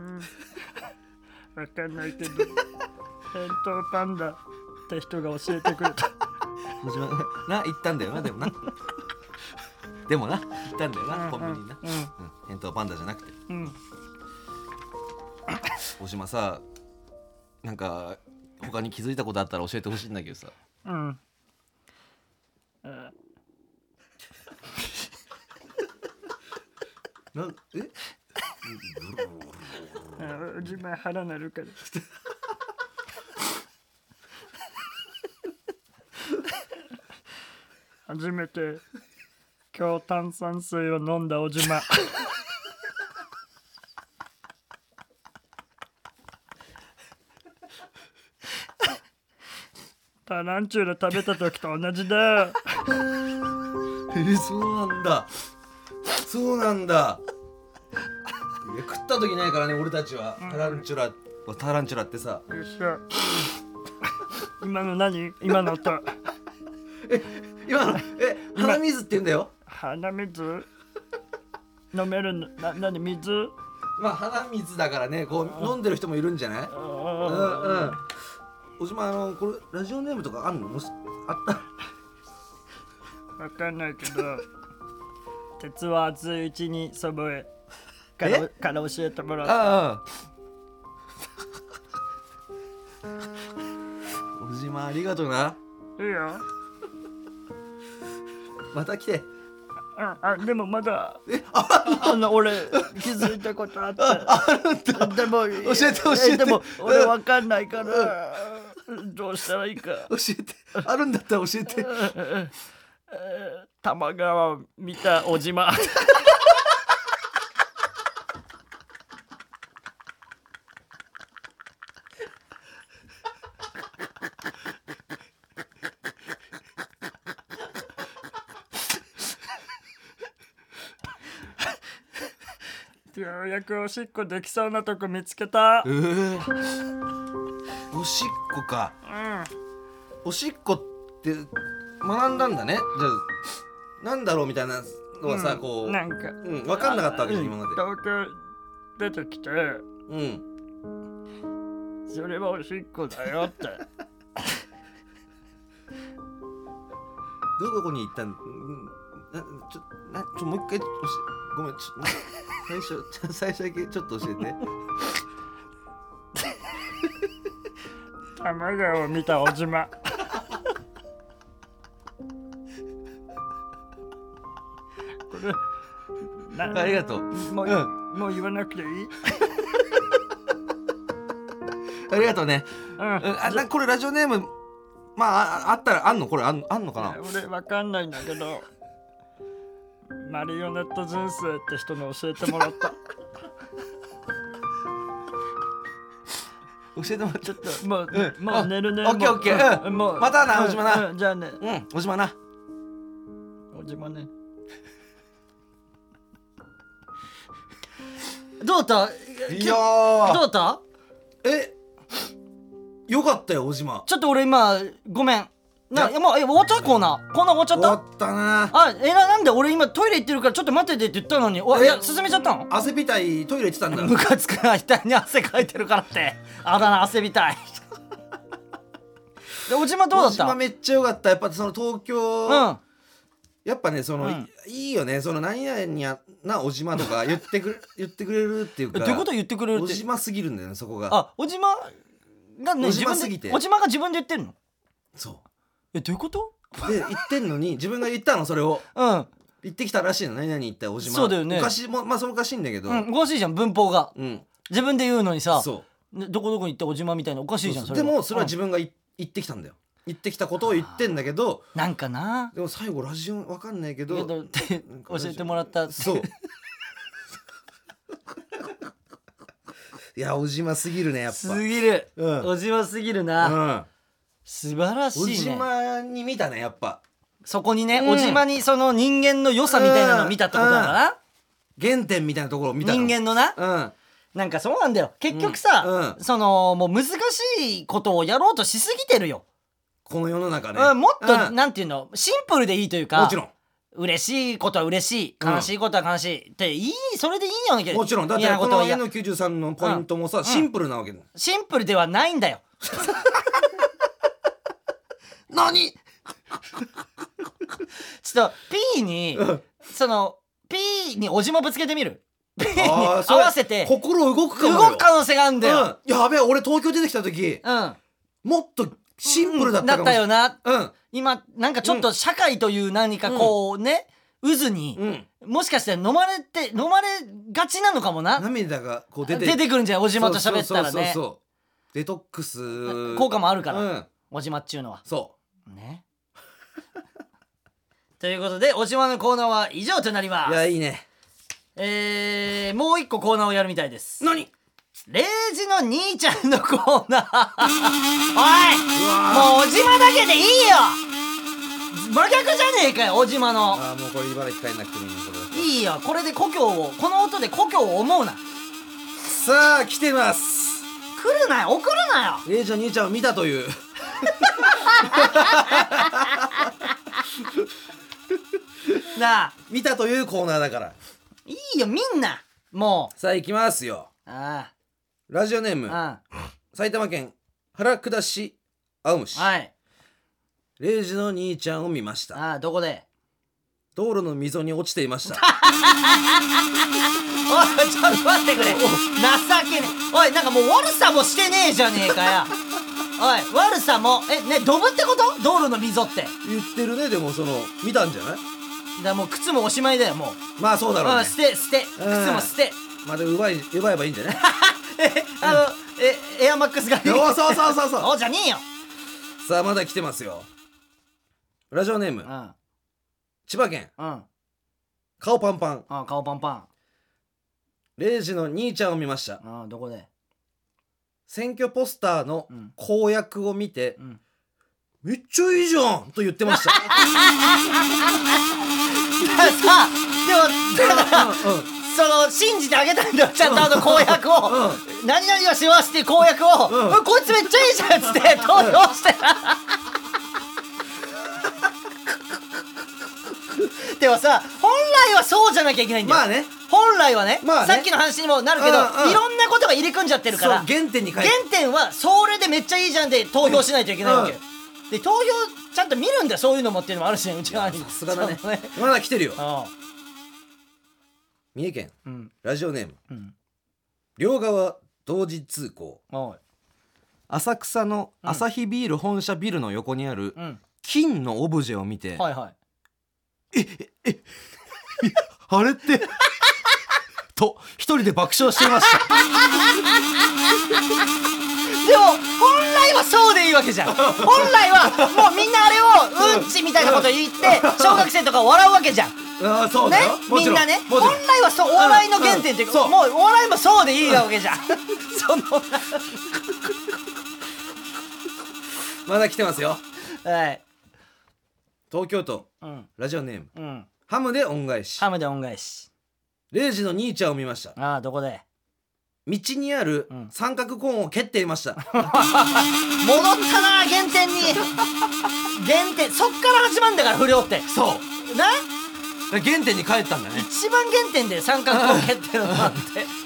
[SPEAKER 2] わかんないけど返答パンダって人が教えてくれた。
[SPEAKER 3] 小島な言ったんだよな。でもなでもな言ったんだよな、コンビニな。返答パンダじゃなくて。 小島さ、なんか他に気づいたことあったら教えてほしいんだけどさ。
[SPEAKER 2] うん
[SPEAKER 3] なんえ
[SPEAKER 2] おじま腹なるから初めて強炭酸水を飲んだおじまタランチュラ食べた時と同じだ。
[SPEAKER 3] そうなんだ。そうなんだ。いや食った時ないからね、俺たちは。タランチュラってさ。
[SPEAKER 2] よっしゃ。今の何？今の音。
[SPEAKER 3] 今の鼻水って言うんだよ。
[SPEAKER 2] 鼻水飲めるの？何水？
[SPEAKER 3] まあ鼻水だからね、こう飲んでる人もいるんじゃない？おじまこれラジオネームとかあんの？もしあった
[SPEAKER 2] わかんないけど、鉄は熱いうちに祖母へから教えてもらった。
[SPEAKER 3] ああおじまありがとうな。
[SPEAKER 2] いいよ。
[SPEAKER 3] また来て。
[SPEAKER 2] でもまだ俺気づいたことあって。
[SPEAKER 3] あるんだ。
[SPEAKER 2] でも
[SPEAKER 3] 教えて
[SPEAKER 2] でも俺わかんないから、どうしたらいいか
[SPEAKER 3] 教えて。あるんだったら教えて。
[SPEAKER 2] 玉川見たおじまようやくおしっこできそうなとこ見つけた。
[SPEAKER 3] おしっこか。
[SPEAKER 2] うん
[SPEAKER 3] おしっこって学んだんだね。じゃあなんだろうみたいなのはさ、こう
[SPEAKER 2] なんか
[SPEAKER 3] 分かんなかったわけじゃん今まで。
[SPEAKER 2] 東京出てきて、それはおしっこだよって
[SPEAKER 3] どこに行ったん？もう一回ごめん最初だけちょっと教えて。
[SPEAKER 2] 玉川を見たおじま。これ
[SPEAKER 3] ありがとう。
[SPEAKER 2] もう言わなくていい？
[SPEAKER 3] ありがとうね。これラジオネームまああったらあんの？これあんのかな？
[SPEAKER 2] 俺わかんないんだけど、マリオネット人生って人に教えてもらった。
[SPEAKER 3] 教えてもらっ
[SPEAKER 2] ちょっともう寝るね。
[SPEAKER 3] オッケーオッケー。
[SPEAKER 2] もう
[SPEAKER 3] またなおじまな。
[SPEAKER 2] じゃあね。
[SPEAKER 3] おじまな。
[SPEAKER 2] おじまね。
[SPEAKER 1] どうだった？
[SPEAKER 3] いや
[SPEAKER 1] どうだった？
[SPEAKER 3] よかったよおじま。
[SPEAKER 1] ちょっと俺今ごめん。もう終わっちゃったコーナー終わっちゃった。
[SPEAKER 3] 終わったな。
[SPEAKER 1] なんで俺今トイレ行ってるからちょっと待っててって言ったのに、いや進めちゃったの？
[SPEAKER 3] 汗びたいトイレ行ってたんだ。
[SPEAKER 1] ムカつくな、額に汗かいてるからって。あだ名汗びたい。でおじまどうだった？
[SPEAKER 3] おじまめっちゃよかった。やっぱその東京、やっぱねいいよね。その何々になおじまとか言ってくれるっていうか。
[SPEAKER 1] どういうこと言ってくれるって？
[SPEAKER 3] おじますぎるんだよねそこが。
[SPEAKER 1] おじまがね、
[SPEAKER 3] おじますぎて
[SPEAKER 1] おじまが自分で言ってんの？
[SPEAKER 3] そう。
[SPEAKER 1] どういうこと？
[SPEAKER 3] で言ってんのに自分が言ったのそれを。言ってきたらしいの。何々言ったおじま。
[SPEAKER 1] そうだよね。
[SPEAKER 3] おかしいもまあそのおかしいんだけど。
[SPEAKER 1] おかしいじゃん文法が。自分で言うのにさ。
[SPEAKER 3] そう。
[SPEAKER 1] どこどこに行っておじまみたいなおかしいじゃん。
[SPEAKER 3] でもそれは自分が言ってきたんだよ。言ってきたことを言ってんだけど。
[SPEAKER 1] なんかな。
[SPEAKER 3] でも最後ラジオわかんないけど。
[SPEAKER 1] 教えてもらった。
[SPEAKER 3] そう。いやおじますぎるねやっぱ。
[SPEAKER 1] すぎる。おじますぎるな。素晴らしいね。
[SPEAKER 3] おじまに見たねやっぱ。
[SPEAKER 1] そこにね、おじまにその人間の良さみたいなのを見たってことだからな。
[SPEAKER 3] 原点みたいなところを見たの。
[SPEAKER 1] 人間のな。なんかそうなんだよ。結局さ、そのもう難しいことをやろうとしすぎてるよ。
[SPEAKER 3] この世の中ね。
[SPEAKER 1] もっとなんていうの、シンプルでいいというか。
[SPEAKER 3] もちろん。
[SPEAKER 1] 嬉しいことは嬉しい、悲しいことは悲しいってそれでいいよね。
[SPEAKER 3] もちろんだってこの N93 のポイントもさ、シンプルなわけだ。
[SPEAKER 1] シンプルではないんだよ。
[SPEAKER 3] 何？
[SPEAKER 1] ちょっと P にその P におじまぶつけてみる。 に合わせて
[SPEAKER 3] 心動くかもよ。
[SPEAKER 1] 動く可能性があるんだよ。
[SPEAKER 3] やべえ、俺東京出てきた時もっとシンプルだったかもしれない。
[SPEAKER 1] だったよな。今なんかちょっと社会という何かこうね、渦にもしかして飲まれがちなのかもな。
[SPEAKER 3] 涙がこう出
[SPEAKER 1] てくるんじゃない、小島と喋ったらね。
[SPEAKER 3] そうデトックス
[SPEAKER 1] 効果もあるから、小島っちゅうのは。
[SPEAKER 3] そう
[SPEAKER 1] ね。ということで小島のコーナーは以上となります。
[SPEAKER 3] いや、いいね。
[SPEAKER 1] もう一個コーナーをやるみたいです。
[SPEAKER 3] 何？
[SPEAKER 1] レイジの兄ちゃんのコーナー。おい、もう小島だけでいいよ。真逆じゃねえかよ、小島の。
[SPEAKER 3] ああ、もうこれ茨城帰んなくてもいいのこれ。
[SPEAKER 1] いいよ、これで故郷を、この音で故郷を思うな。
[SPEAKER 3] さあ来てます。
[SPEAKER 1] 来るなよ、送るなよ。
[SPEAKER 3] レイジの兄ちゃんを見たという
[SPEAKER 1] なあ、
[SPEAKER 3] 見たというコーナーだから。
[SPEAKER 1] いいよ、みんなもう。
[SPEAKER 3] さあ行きますよ。
[SPEAKER 1] あ
[SPEAKER 3] ラジオネーム埼玉県原下市青虫。
[SPEAKER 1] はい。
[SPEAKER 3] レイジの兄ちゃんを見ました。
[SPEAKER 1] どこで？
[SPEAKER 3] 道路の溝に落ちていました
[SPEAKER 1] おい、ちょっと待ってくれ。情けねえ。おい、なんかもう悪さもしてねえじゃねえかや。おい、悪さもドブってこと？道路の溝って
[SPEAKER 3] 言ってるね。でも見たんじゃない？
[SPEAKER 1] だ、もう靴もおしまいだよ、もう。
[SPEAKER 3] まあそうだろうね。
[SPEAKER 1] 捨て靴も捨て。
[SPEAKER 3] まだ奪えばいいんじゃない？
[SPEAKER 1] エアマックスが
[SPEAKER 3] そう
[SPEAKER 1] おじゃねえよ。
[SPEAKER 3] さあまだ来てますよ。ラジオネーム千葉県顔パンパン。
[SPEAKER 1] 顔パンパン。
[SPEAKER 3] レイジの兄ちゃんを見ました。
[SPEAKER 1] どこで？
[SPEAKER 3] 選挙ポスターの公約を見て、めっちゃいいじゃんと言ってました。
[SPEAKER 1] さあ、でもだから信じてあげたんだよ、ちゃんと公約を、何々はしますっていう公約を、こいつめっちゃいいじゃんっつって投票してでもさ、本来はそうじゃなきゃいけないんだよ。
[SPEAKER 3] まあね、
[SPEAKER 1] 本来はね、
[SPEAKER 3] まあね、
[SPEAKER 1] さっきの話にもなるけど、いろんなことが入れ組んじゃってるから、
[SPEAKER 3] 原点に
[SPEAKER 1] 原点はそれでめっちゃいいじゃんで投票しないといけないわけよ。で、投票ちゃんと見るんだよ、そういうのもっていうのもあるしね、うち側に。
[SPEAKER 3] さすがだね。まだ来てるよ。三重県ラジオネーム両側同時通行。浅草のアサヒビール本社ビルの横にある金のオブジェを見て、あれってと一人で爆笑していました。
[SPEAKER 1] でも本来はそうでいいわけじゃん。本来はもうみんなあれをうんちみたいなこと言って小学生とか笑うわけじゃん。
[SPEAKER 3] そうだよ、
[SPEAKER 1] みんなね、本来はそう、お笑いの原点っていうか、もうお笑いもそうでいいわけじゃん。
[SPEAKER 3] まだ来てますよ。
[SPEAKER 1] はい。
[SPEAKER 3] 東京都ラジオネームハムで恩返し。
[SPEAKER 1] ハムで恩返し。
[SPEAKER 3] レイジの兄ちゃんを見ました。
[SPEAKER 1] どこで？
[SPEAKER 3] 道にある三角コーンを蹴っていました。
[SPEAKER 1] 戻ったな、原点に。原点、そっから始まるんだから、不良って。
[SPEAKER 3] そう
[SPEAKER 1] な、
[SPEAKER 3] 原点に帰ったんだね。
[SPEAKER 1] 一番原点で三角コーン蹴ってるのなんて。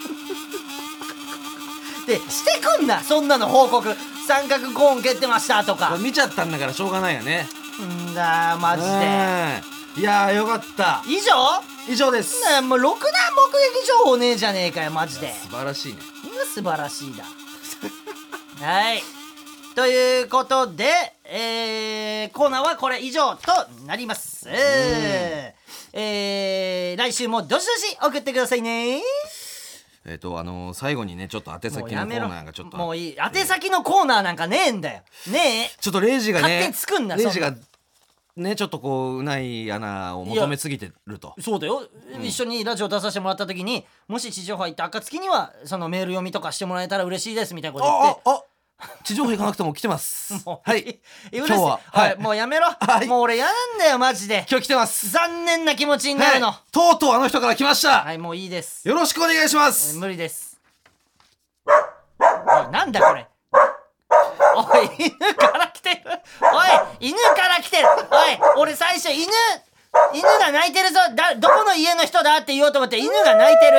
[SPEAKER 1] で、してくんな、そんなの報告。三角コーン蹴ってましたとか。
[SPEAKER 3] 見ちゃったんだからしょうがないよね。
[SPEAKER 1] んだ、マジで。
[SPEAKER 3] いやー、よかった。
[SPEAKER 1] 以上です。もうろくな目撃情報ねえじゃねえかよ、マジで。
[SPEAKER 3] 素晴らしいね。
[SPEAKER 1] 素晴らしいだ。はい。ということで、コーナーはこれ以上となります。来週もどしどし送ってくださいね。
[SPEAKER 3] 最後にね、ちょっと宛先のコーナーがちょっと
[SPEAKER 1] もういい、宛先のコーナーなんかねえんだよ。ねえ、
[SPEAKER 3] ちょっとレイジがね、
[SPEAKER 1] 勝手に作んな。
[SPEAKER 3] レイジがね、ちょっとこうない穴を求めすぎてると。
[SPEAKER 1] そうだよ、一緒にラジオ出させてもらった時に、もし地上波行った暁にはそのメール読みとかしてもらえたら嬉しいですみたいなこと言って。
[SPEAKER 3] 地上波行かなくても来てます。
[SPEAKER 1] はい、
[SPEAKER 3] 今日は
[SPEAKER 1] もうやめろ。もう俺嫌なんだよ、マジで。
[SPEAKER 3] 今日来てます。
[SPEAKER 1] 残念な気持ちになるの。
[SPEAKER 3] とうとうあの人から来ました。
[SPEAKER 1] はい、もういいです。
[SPEAKER 3] よろしくお願いします。
[SPEAKER 1] 無理です。おい、なんだこれ。おい、犬から来てる。おい、犬から来てる。おい、俺最初犬が鳴いてるぞ。どこの家の人だって言おうと思って犬が鳴いてる。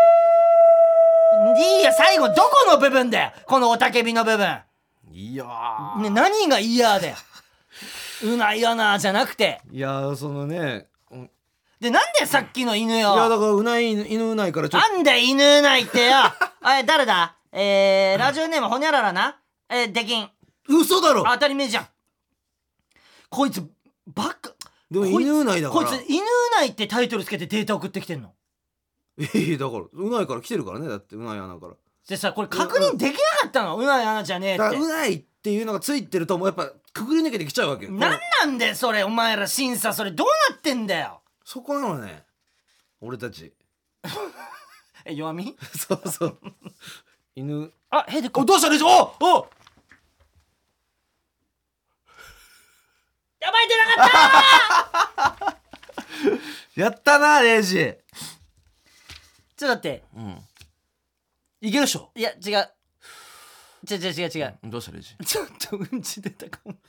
[SPEAKER 1] いいや、最後どこの部分だよ、この雄たけびの部分。
[SPEAKER 3] いや
[SPEAKER 1] ー、何がいやだよ。うないやなじゃなくて。
[SPEAKER 3] いやー、そのね、
[SPEAKER 1] でなんでさっきの犬よ。
[SPEAKER 3] いやだから犬うないからちょっ
[SPEAKER 1] なんで犬ないってよ。誰だラジオネームほにゃららな。できん。
[SPEAKER 3] と嘘だろ。
[SPEAKER 1] 当たり前じゃん。こいつバカ。
[SPEAKER 3] でも犬うないだから
[SPEAKER 1] こいつ犬うないってタイトルつけてデータ送ってきてんの。
[SPEAKER 3] だからうないから来てるからね。だってうないアナから
[SPEAKER 1] でさこれ確認できなかったの。うないアナじゃねえって。
[SPEAKER 3] だからうないっていうのがついてるともうやっぱくぐり抜けてきちゃうわけよ。
[SPEAKER 1] なんでそれお前ら審査それどうなってんだよ。
[SPEAKER 3] そこなのね俺たち
[SPEAKER 1] 弱み
[SPEAKER 3] そう犬
[SPEAKER 1] ヘデコ
[SPEAKER 3] どうしたレイジ。お
[SPEAKER 1] やばい出なかった
[SPEAKER 3] やったなレイジ。
[SPEAKER 1] ちょっと待って。
[SPEAKER 3] いけるでしょ。
[SPEAKER 1] いや違う。違う。
[SPEAKER 3] どうしたレイジ。
[SPEAKER 1] ちょっとうんち出たかも。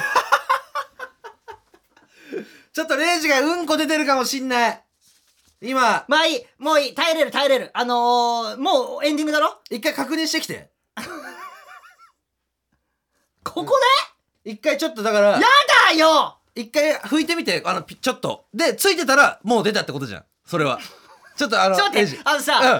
[SPEAKER 3] ちょっとレイジがうんこ出てるかもしんない今。
[SPEAKER 1] まあいいもういい耐えれるもうエンディングだろ。
[SPEAKER 3] 一回確認してきて。
[SPEAKER 1] ここ
[SPEAKER 3] 一回ちょっとだから
[SPEAKER 1] でやだよ。
[SPEAKER 3] 一回拭いてみてちょっとでついてたらもう出たってことじゃんそれは。ちょっと
[SPEAKER 1] ちょっと待って
[SPEAKER 3] レイジ
[SPEAKER 1] 部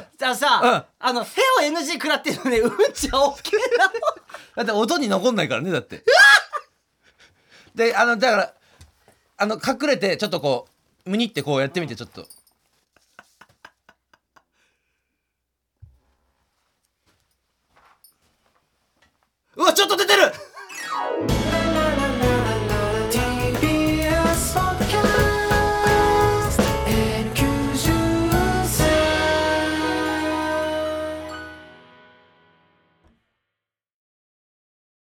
[SPEAKER 1] 屋を NG 食らってるのにうんちは OK なの。
[SPEAKER 3] だって音に残んないからねだってでだから隠れてちょっとこうムニってこうやってみてちょっと。うわちょっと出てる。